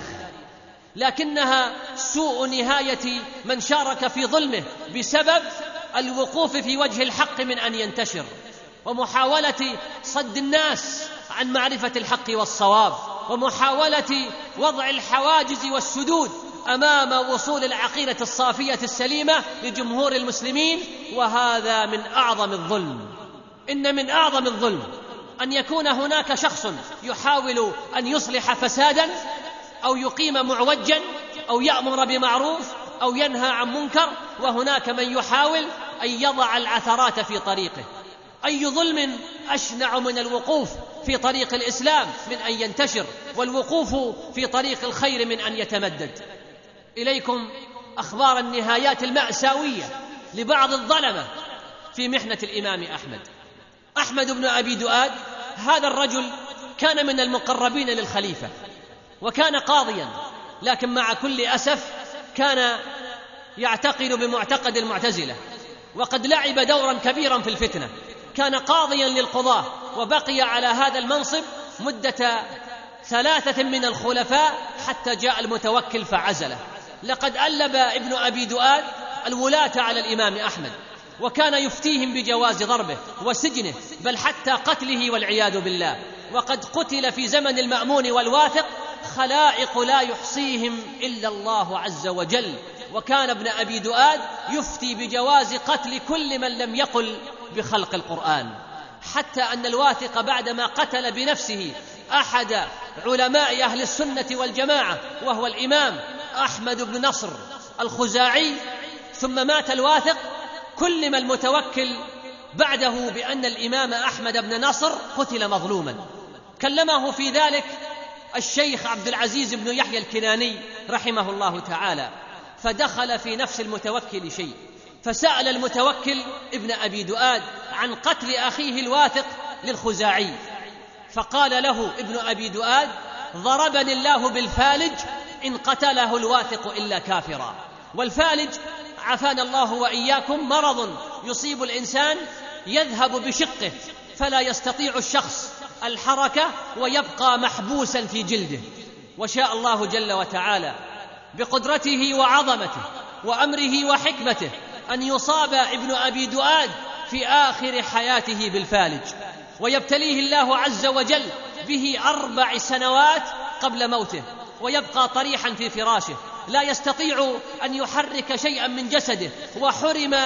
لكنها سوء نهاية من شارك في ظلمه بسبب الوقوف في وجه الحق من أن ينتشر. ومحاولة صد الناس عن معرفة الحق والصواب، ومحاولة وضع الحواجز والسدود أمام وصول العقيدة الصافية السليمة لجمهور المسلمين. وهذا من أعظم الظلم. إن من أعظم الظلم أن يكون هناك شخص يحاول أن يصلح فسادا أو يقيم معوجا أو يأمر بمعروف أو ينهى عن منكر، وهناك من يحاول أن يضع العثرات في طريقه. أي ظلم أشنع من الوقوف في طريق الإسلام من أن ينتشر، والوقوف في طريق الخير من أن يتمدد. إليكم أخبار النهايات المأساوية لبعض الظلمة في محنة الإمام أحمد بن أبي دؤاد. هذا الرجل كان من المقربين للخليفة وكان قاضيا، لكن مع كل أسف كان يعتقد بمعتقد المعتزلة، وقد لعب دورا كبيرا في الفتنة. كان قاضيا للقضاة وبقي على هذا المنصب مدة 3 من الخلفاء حتى جاء المتوكل فعزله. لقد ألب ابن أبي دؤاد الولاة على الإمام أحمد، وكان يفتيهم بجواز ضربه وسجنه، بل حتى قتله والعياذ بالله. وقد قتل في زمن المأمون والواثق خلائق لا يحصيهم إلا الله عز وجل. وكان ابن أبي دؤاد يفتي بجواز قتل كل من لم يقل بخلق القرآن، حتى أن الواثق بعدما قتل بنفسه أحد علماء أهل السنة والجماعة وهو الإمام أحمد بن نصر الخزاعي، ثم مات الواثق، كلم المتوكل بعده بأن الإمام أحمد بن نصر قتل مظلوما. كلمه في ذلك الشيخ عبد العزيز بن يحيى الكناني رحمه الله تعالى، فدخل في نفس المتوكل شيء، فسأل المتوكل ابن أبي دؤاد عن قتل أخيه الواثق للخزاعي، فقال له ابن أبي دؤاد: ضربني الله بالفالج إن قتله الواثق إلا كافرا. والفالج عافانا الله وإياكم مرض يصيب الإنسان يذهب بشقه فلا يستطيع الشخص الحركة ويبقى محبوسا في جلده. وشاء الله جل وتعالى بقدرته وعظمته وأمره وحكمته أن يصاب ابن أبي دؤاد في آخر حياته بالفالج، ويبتليه الله عز وجل به 4 سنوات قبل موته، ويبقى طريحا في فراشه لا يستطيع أن يحرك شيئا من جسده، وحرم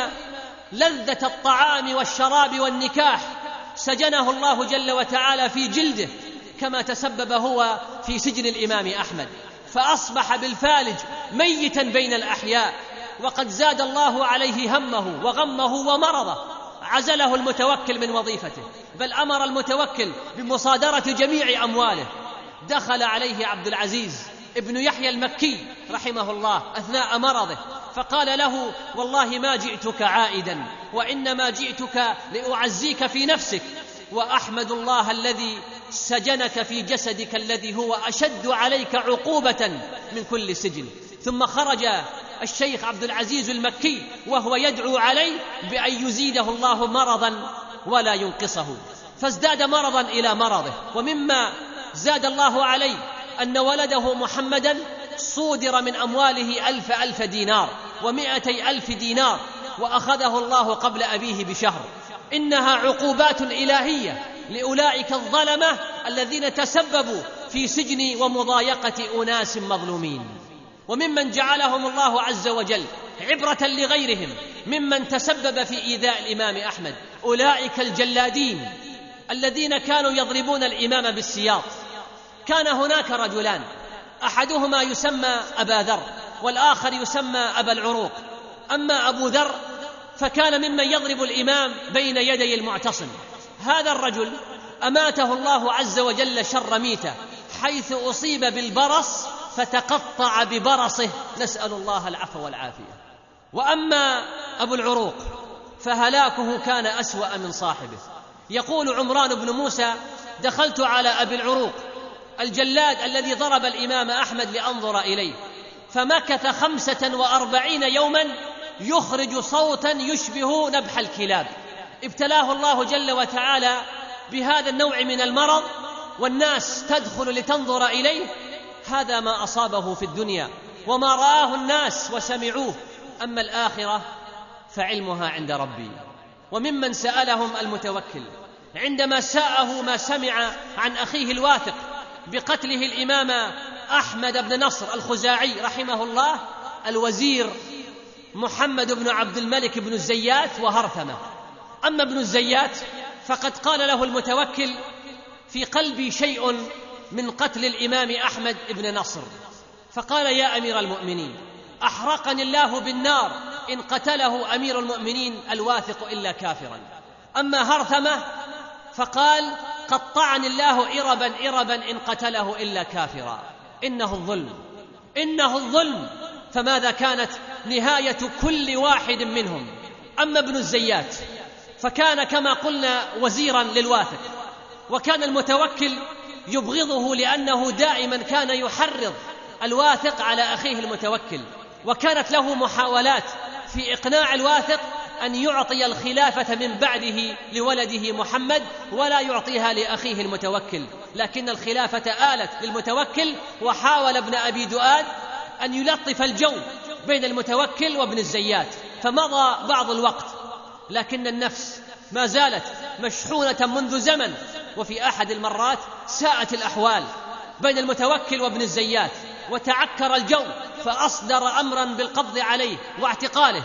لذة الطعام والشراب والنكاح. سجنه الله جل وتعالى في جلده كما تسبب هو في سجن الإمام أحمد، فأصبح بالفالج ميتا بين الأحياء. وقد زاد الله عليه همه وغمه ومرضه، عزله المتوكل من وظيفته، بل أمر المتوكل بمصادرة جميع أمواله. دخل عليه عبد العزيز ابن يحيى المكي رحمه الله أثناء مرضه فقال له: والله ما جئتك عائدا، وإنما جئتك لأعزيك في نفسك، وأحمد الله الذي سجنك في جسدك الذي هو أشد عليك عقوبة من كل سجن. ثم خرج الشيخ عبد العزيز المكي وهو يدعو عليه بأن يزيده الله مرضا ولا ينقصه، فازداد مرضا إلى مرضه. ومما زاد الله عليه أن ولده محمدا صودر من أمواله 1000 دينار و200,000 دينار، وأخذه الله قبل أبيه بشهر. إنها عقوبات إلهية لأولئك الظلمة الذين تسببوا في سجن ومضايقة أناس مظلومين. وممن جعلهم الله عز وجل عبرة لغيرهم ممن تسبب في إيذاء الإمام أحمد أولئك الجلادين الذين كانوا يضربون الإمام بالسياط. كان هناك رجلان، أحدهما يسمى أبا ذر والآخر يسمى أبا العروق. أما أبو ذر فكان ممن يضرب الإمام بين يدي المعتصم. هذا الرجل أماته الله عز وجل شر ميتة، حيث أصيب بالبرص فتقطع ببرصه، نسأل الله العفو والعافية. وأما أبو العروق فهلاكه كان أسوأ من صاحبه. يقول عمران بن موسى: دخلت على أبي العروق الجلاد الذي ضرب الإمام أحمد لأنظر إليه، فمكث 45 يوما يخرج صوتا يشبه نبح الكلاب. ابتلاه الله جل وتعالى بهذا النوع من المرض، والناس تدخل لتنظر إليه. هذا ما أصابه في الدنيا وما رآه الناس وسمعوه، أما الآخرة فعلمها عند ربي. وممن سألهم المتوكل عندما ساءه ما سمع عن أخيه الواثق بقتله الإمام أحمد بن نصر الخزاعي رحمه الله الوزير محمد بن عبد الملك بن الزيات وهرثمة. أما ابن الزيات فقد قال له المتوكل: في قلبي شيء من قتل الإمام أحمد بن نصر. فقال: يا أمير المؤمنين، أحرقني الله بالنار إن قتله أمير المؤمنين الواثق إلا كافرا. أما هرثمة فقال: قطعني الله إربا إربا إن قتله إلا كافرا. إنه الظلم، إنه الظلم. فماذا كانت نهاية كل واحد منهم؟ أما ابن الزيات فكان كما قلنا وزيرا للواثق، وكان المتوكل يبغضه لأنه دائما كان يحرض الواثق على أخيه المتوكل، وكانت له محاولات في إقناع الواثق أن يعطي الخلافة من بعده لولده محمد ولا يعطيها لأخيه المتوكل، لكن الخلافة آلت للمتوكل، وحاول ابن أبي دؤاد أن يلطف الجو بين المتوكل وابن الزيات. فمضى بعض الوقت، لكن النفس ما زالت مشحونة منذ زمن، وفي أحد المرات ساءت الأحوال بين المتوكل وابن الزيات وتعكر الجو، فأصدر أمرا بالقبض عليه واعتقاله.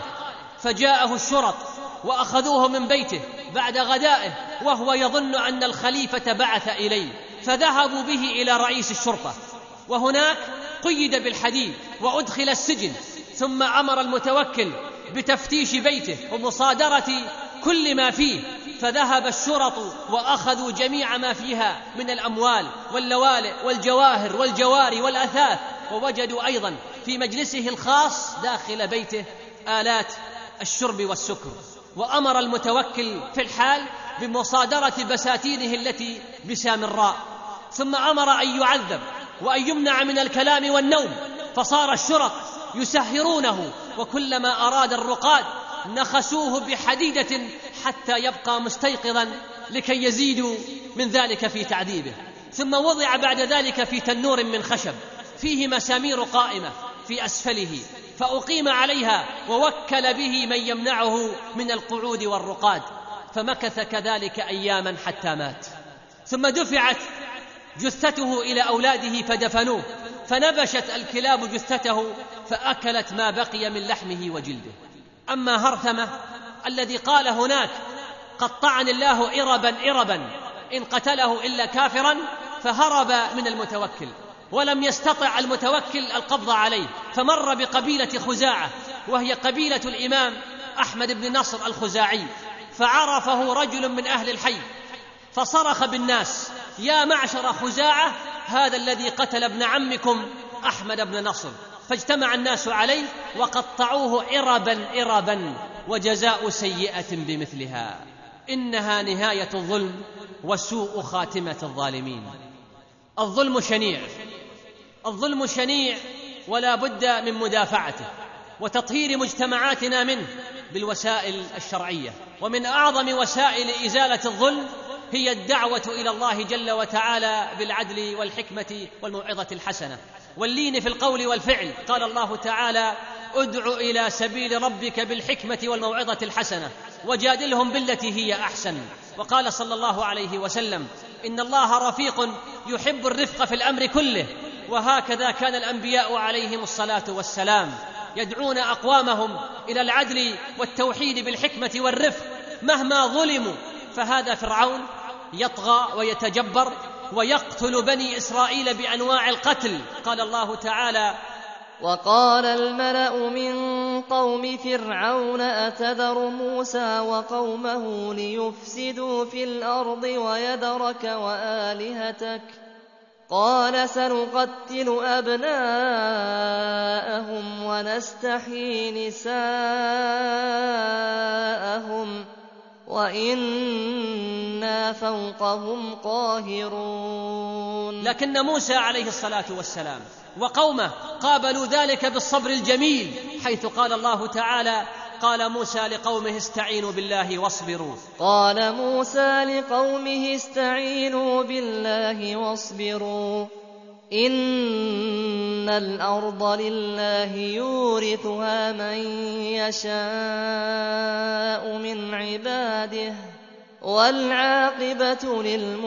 فجاءه الشرط وأخذوه من بيته بعد غدائه وهو يظن أن الخليفة بعث إليه، فذهبوا به إلى رئيس الشرطة، وهناك قيد بالحديد وأدخل السجن. ثم أمر المتوكل بتفتيش بيته ومصادرة كل ما فيه، فذهب الشرط وأخذوا جميع ما فيها من الأموال واللوالئ والجواهر والجواري والأثاث، ووجدوا أيضا في مجلسه الخاص داخل بيته آلات الشرب والسكر. وأمر المتوكل في الحال بمصادرة بساتينه التي بسامراء، ثم أمر أن يعذب وأن يمنع من الكلام والنوم. فصار الشرط يسهرونه، وكلما أراد الرقاد نخسوه بحديدة حتى يبقى مستيقظا لكي يزيدوا من ذلك في تعذيبه. ثم وضع بعد ذلك في تنور من خشب فيه مسامير قائمة في أسفله، فأقيم عليها ووكل به من يمنعه من القعود والرقاد، فمكث كذلك أياما حتى مات. ثم دفعت جثته إلى أولاده فدفنوه، فنبشت الكلاب جثته فأكلت ما بقي من لحمه وجلده. أما هرثمة الذي قال هناك: قطعني الله إربا إربا إن قتله إلا كافرا، فهرب من المتوكل، ولم يستطع المتوكل القبض عليه، فمر بقبيلة خزاعة وهي قبيلة الإمام أحمد بن نصر الخزاعي، فعرفه رجل من أهل الحي فصرخ بالناس: يا معشر خزاعة، هذا الذي قتل ابن عمكم أحمد بن نصر. فاجتمع الناس عليه وقطعوه إربا إربا، وجزاء سيئة بمثلها. إنها نهاية الظلم وسوء خاتمة الظالمين. الظلم شنيع، الظلم شنيع، ولا بد من مدافعته وتطهير مجتمعاتنا منه بالوسائل الشرعية. ومن أعظم وسائل إزالة الظلم هي الدعوة إلى الله جل وتعالى بالعدل والحكمة والموعظة الحسنة واللين في القول والفعل. قال الله تعالى: ادع إلى سبيل ربك بالحكمة والموعظة الحسنة وجادلهم بالتي هي أحسن. وقال صلى الله عليه وسلم: إن الله رفيق يحب الرفق في الأمر كله. وهكذا كان الأنبياء عليهم الصلاة والسلام يدعون أقوامهم إلى العدل والتوحيد بالحكمة والرفق مهما ظلموا. فهذا فرعون يطغى ويتجبر ويقتل بني إسرائيل بأنواع القتل. قال الله تعالى: وقال الملأ من قوم فرعون أتذر موسى وقومه ليفسدوا في الأرض ويذرك وآلهتك قال سنقتل أبناءهم ونستحيي نساءهم وإنا فوقهم قاهرون. لكن موسى عليه الصلاة والسلام وقومه قابلوا ذلك بالصبر الجميل، حيث قال الله تعالى: قال موسى لقومه استعينوا بالله واصبروا. قال موسى لقومه استعينوا بالله واصبروا إن الأرض لله يورثها من يشاء من عباده والعاقبة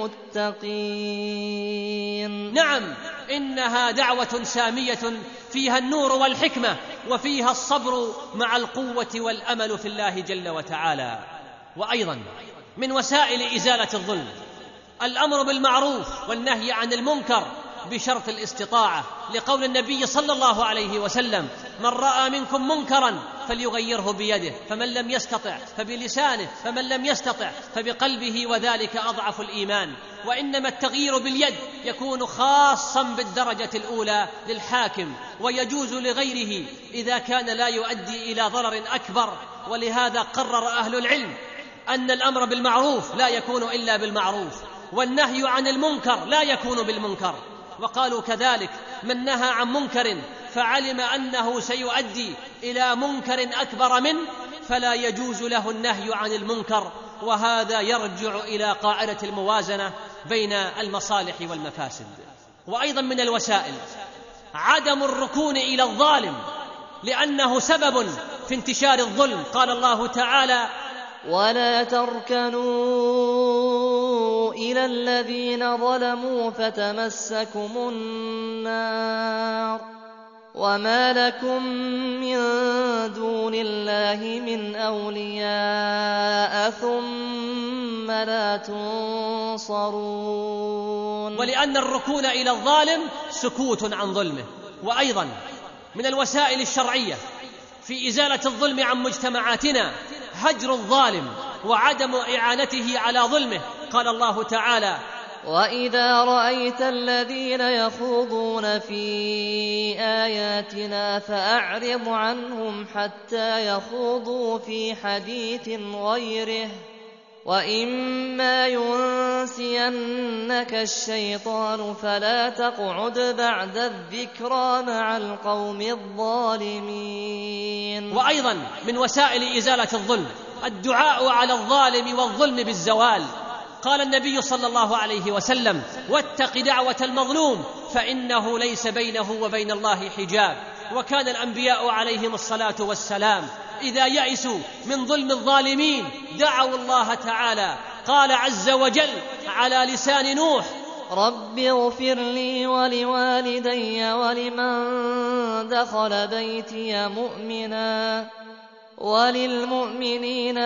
للمتقين. نعم، إنها دعوة سامية فيها النور والحكمة، وفيها الصبر مع القوة والأمل في الله جل وتعالى. وأيضا من وسائل إزالة الظلم الأمر بالمعروف والنهي عن المنكر بشرط الاستطاعة، لقول النبي صلى الله عليه وسلم: من رأى منكم منكرا فليغيره بيده، فمن لم يستطع فبلسانه، فمن لم يستطع فبقلبه، وذلك أضعف الإيمان. وإنما التغيير باليد يكون خاصا بالدرجة الأولى للحاكم، ويجوز لغيره إذا كان لا يؤدي إلى ضرر أكبر. ولهذا قرر أهل العلم أن الأمر بالمعروف لا يكون إلا بالمعروف، والنهي عن المنكر لا يكون بالمنكر. وقالوا كذلك: من نهى عن منكر فعلم أنه سيؤدي إلى منكر أكبر منه فلا يجوز له النهي عن المنكر. وهذا يرجع إلى قاعدة الموازنة بين المصالح والمفاسد. وأيضا من الوسائل عدم الركون إلى الظالم، لأنه سبب في انتشار الظلم. قال الله تعالى: ولا تركنوا إلى الذين ظلموا فتمسكم النار وما لكم من دون الله من أولياء ثم لا تنصرون. ولأن الركون إلى الظالم سكوت عن ظلمه. وأيضا من الوسائل الشرعية في إزالة الظلم عن مجتمعاتنا هجر الظالم وعدم إعانته على ظلمه. قال الله تعالى: وإذا رأيت الذين يخوضون في آياتنا فأعرض عنهم حتى يخوضوا في حديث غيره وإما ينسينك الشيطان فلا تقعد بعد الذكرى مع القوم الظالمين. وأيضا من وسائل إزالة الظلم الدعاء على الظالم والظلم بالزوال. قال النبي صلى الله عليه وسلم: واتق دعوة المظلوم فإنه ليس بينه وبين الله حجاب. وكان الأنبياء عليهم الصلاة والسلام إذا يئسوا من ظلم الظالمين دعوا الله تعالى. قال عز وجل على لسان نوح: رب اغفر لي ولوالدي ولمن دخل بيتي مؤمنا وللمؤمنين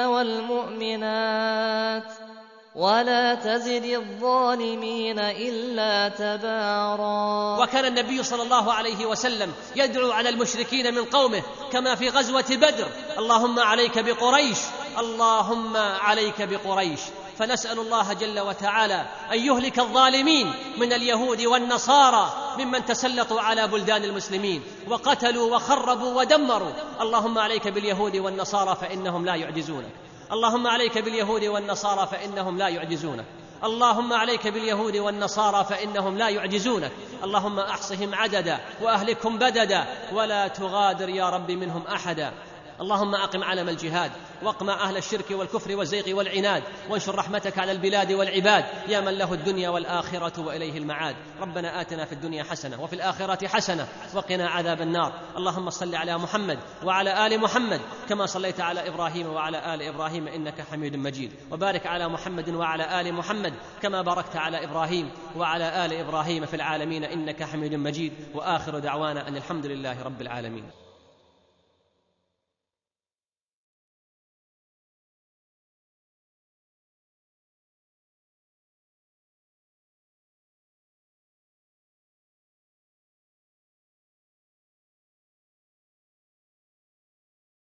والمؤمنات ولا تزد الظالمين إلا تبارا. وكان النبي صلى الله عليه وسلم يدعو على المشركين من قومه كما في غزوة بدر: اللهم عليك بقريش، اللهم عليك بقريش. فنسأل الله جل وتعالى أن يهلك الظالمين من اليهود والنصارى ممن تسلطوا على بلدان المسلمين وقتلوا وخربوا ودمروا. اللهم عليك باليهود والنصارى فإنهم لا يعجزونك، اللهم عليك باليهود والنصارى فإنهم لا يعجزونك، اللهم عليك باليهود والنصارى فإنهم لا يعجزونك. اللهم أحصهم عددا وأهلكهم بددا ولا تغادر يا رب منهم أحدا. اللهم أقم علم الجهاد واقمع أهل الشرك والكفر والزيغ والعناد، وانشر رحمتك على البلاد والعباد يا من له الدنيا والآخرة وإليه المعاد. ربنا آتنا في الدنيا حسنة وفي الآخرة حسنة وقنا عذاب النار. اللهم صل على محمد وعلى آل محمد كما صليت على إبراهيم وعلى آل إبراهيم إنك حميد مجيد، وبارك على محمد وعلى آل محمد كما باركت على إبراهيم وعلى آل إبراهيم في العالمين إنك حميد مجيد. وآخر دعوانا أن الحمد لله رب العالمين.